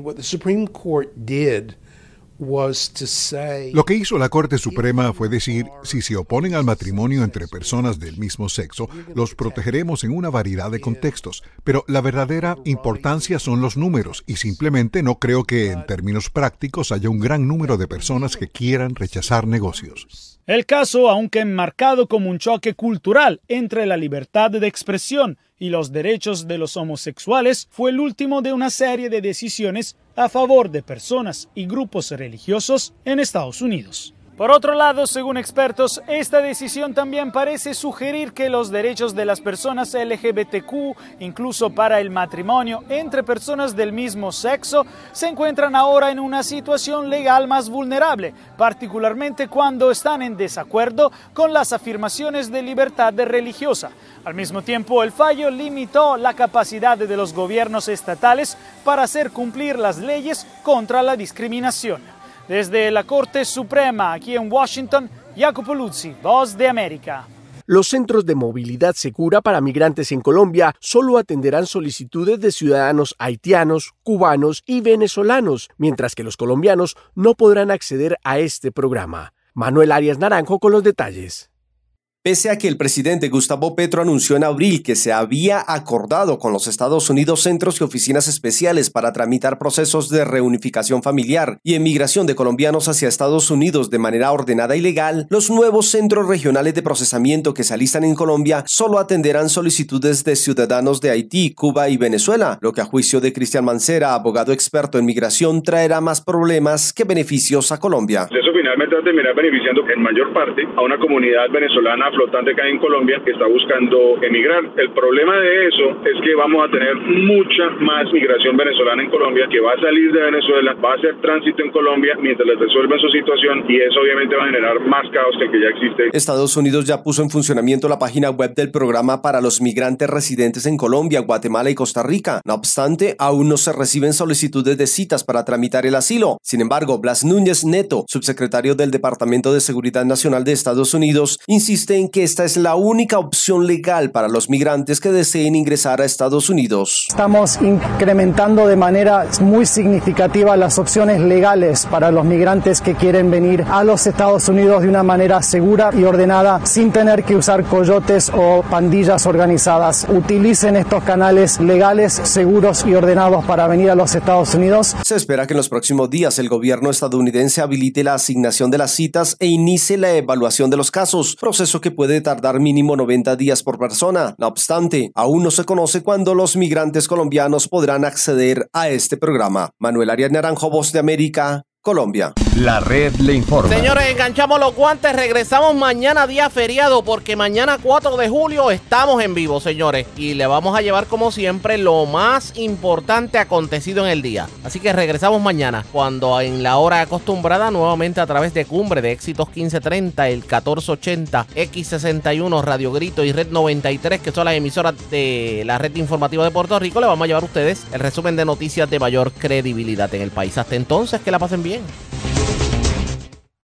Lo que hizo la Corte Suprema fue decir, si se oponen al matrimonio entre personas del mismo sexo, los protegeremos en una variedad de contextos, pero la verdadera importancia son los números y simplemente no creo que en términos prácticos haya un gran número de personas que quieran rechazar negocios. El caso, aunque enmarcado como un choque cultural entre la libertad de expresión y los derechos de los homosexuales, fue el último de una serie de decisiones a favor de personas y grupos religiosos en Estados Unidos. Por otro lado, según expertos, esta decisión también parece sugerir que los derechos de las personas LGBTQ, incluso para el matrimonio entre personas del mismo sexo, se encuentran ahora en una situación legal más vulnerable, particularmente cuando están en desacuerdo con las afirmaciones de libertad religiosa. Al mismo tiempo, el fallo limitó la capacidad de los gobiernos estatales para hacer cumplir las leyes contra la discriminación. Desde la Corte Suprema, aquí en Washington, Jacopo Luzzi, Voz de América. Los centros de movilidad segura para migrantes en Colombia solo atenderán solicitudes de ciudadanos haitianos, cubanos y venezolanos, mientras que los colombianos no podrán acceder a este programa. Manuel Arias Naranjo con los detalles. Pese a que el presidente Gustavo Petro anunció en abril que se había acordado con los Estados Unidos centros y oficinas especiales para tramitar procesos de reunificación familiar y emigración de colombianos hacia Estados Unidos de manera ordenada y legal, los nuevos centros regionales de procesamiento que se alistan en Colombia solo atenderán solicitudes de ciudadanos de Haití, Cuba y Venezuela, lo que a juicio de Cristian Mancera, abogado experto en migración, traerá más problemas que beneficios a Colombia. Eso finalmente va a terminar beneficiando en mayor parte a una comunidad venezolana flotante que hay en Colombia que está buscando emigrar. El problema de eso es que vamos a tener mucha más migración venezolana en Colombia que va a salir de Venezuela, va a hacer tránsito en Colombia mientras les resuelven su situación y eso obviamente va a generar más caos que el que ya existe. Estados Unidos ya puso en funcionamiento la página web del programa para los migrantes residentes en Colombia, Guatemala y Costa Rica. No obstante, aún no se reciben solicitudes de citas para tramitar el asilo. Sin embargo, Blas Núñez Neto, subsecretario del Departamento de Seguridad Nacional de Estados Unidos, insiste en que esta es la única opción legal para los migrantes que deseen ingresar a Estados Unidos. Estamos incrementando de manera muy significativa las opciones legales para los migrantes que quieren venir a los Estados Unidos de una manera segura y ordenada, sin tener que usar coyotes o pandillas organizadas. Utilicen estos canales legales, seguros y ordenados para venir a los Estados Unidos. Se espera que en los próximos días el gobierno estadounidense habilite la asignación de las citas e inicie la evaluación de los casos, proceso que puede tardar mínimo 90 días por persona. No obstante, aún no se conoce cuándo los migrantes colombianos podrán acceder a este programa. Manuel Arias Naranjo, Voz de América, Colombia. La red le informa. Señores, enganchamos los guantes, regresamos mañana día feriado porque mañana 4 de julio estamos en vivo, señores, y le vamos a llevar como siempre lo más importante acontecido en el día. Así que regresamos mañana cuando en la hora acostumbrada nuevamente a través de Cumbre de Éxitos 1530, el 1480, X61, Radio Grito y Red 93, que son las emisoras de la red informativa de Puerto Rico, le vamos a llevar a ustedes el resumen de noticias de mayor credibilidad en el país. Hasta entonces, que la pasen bien.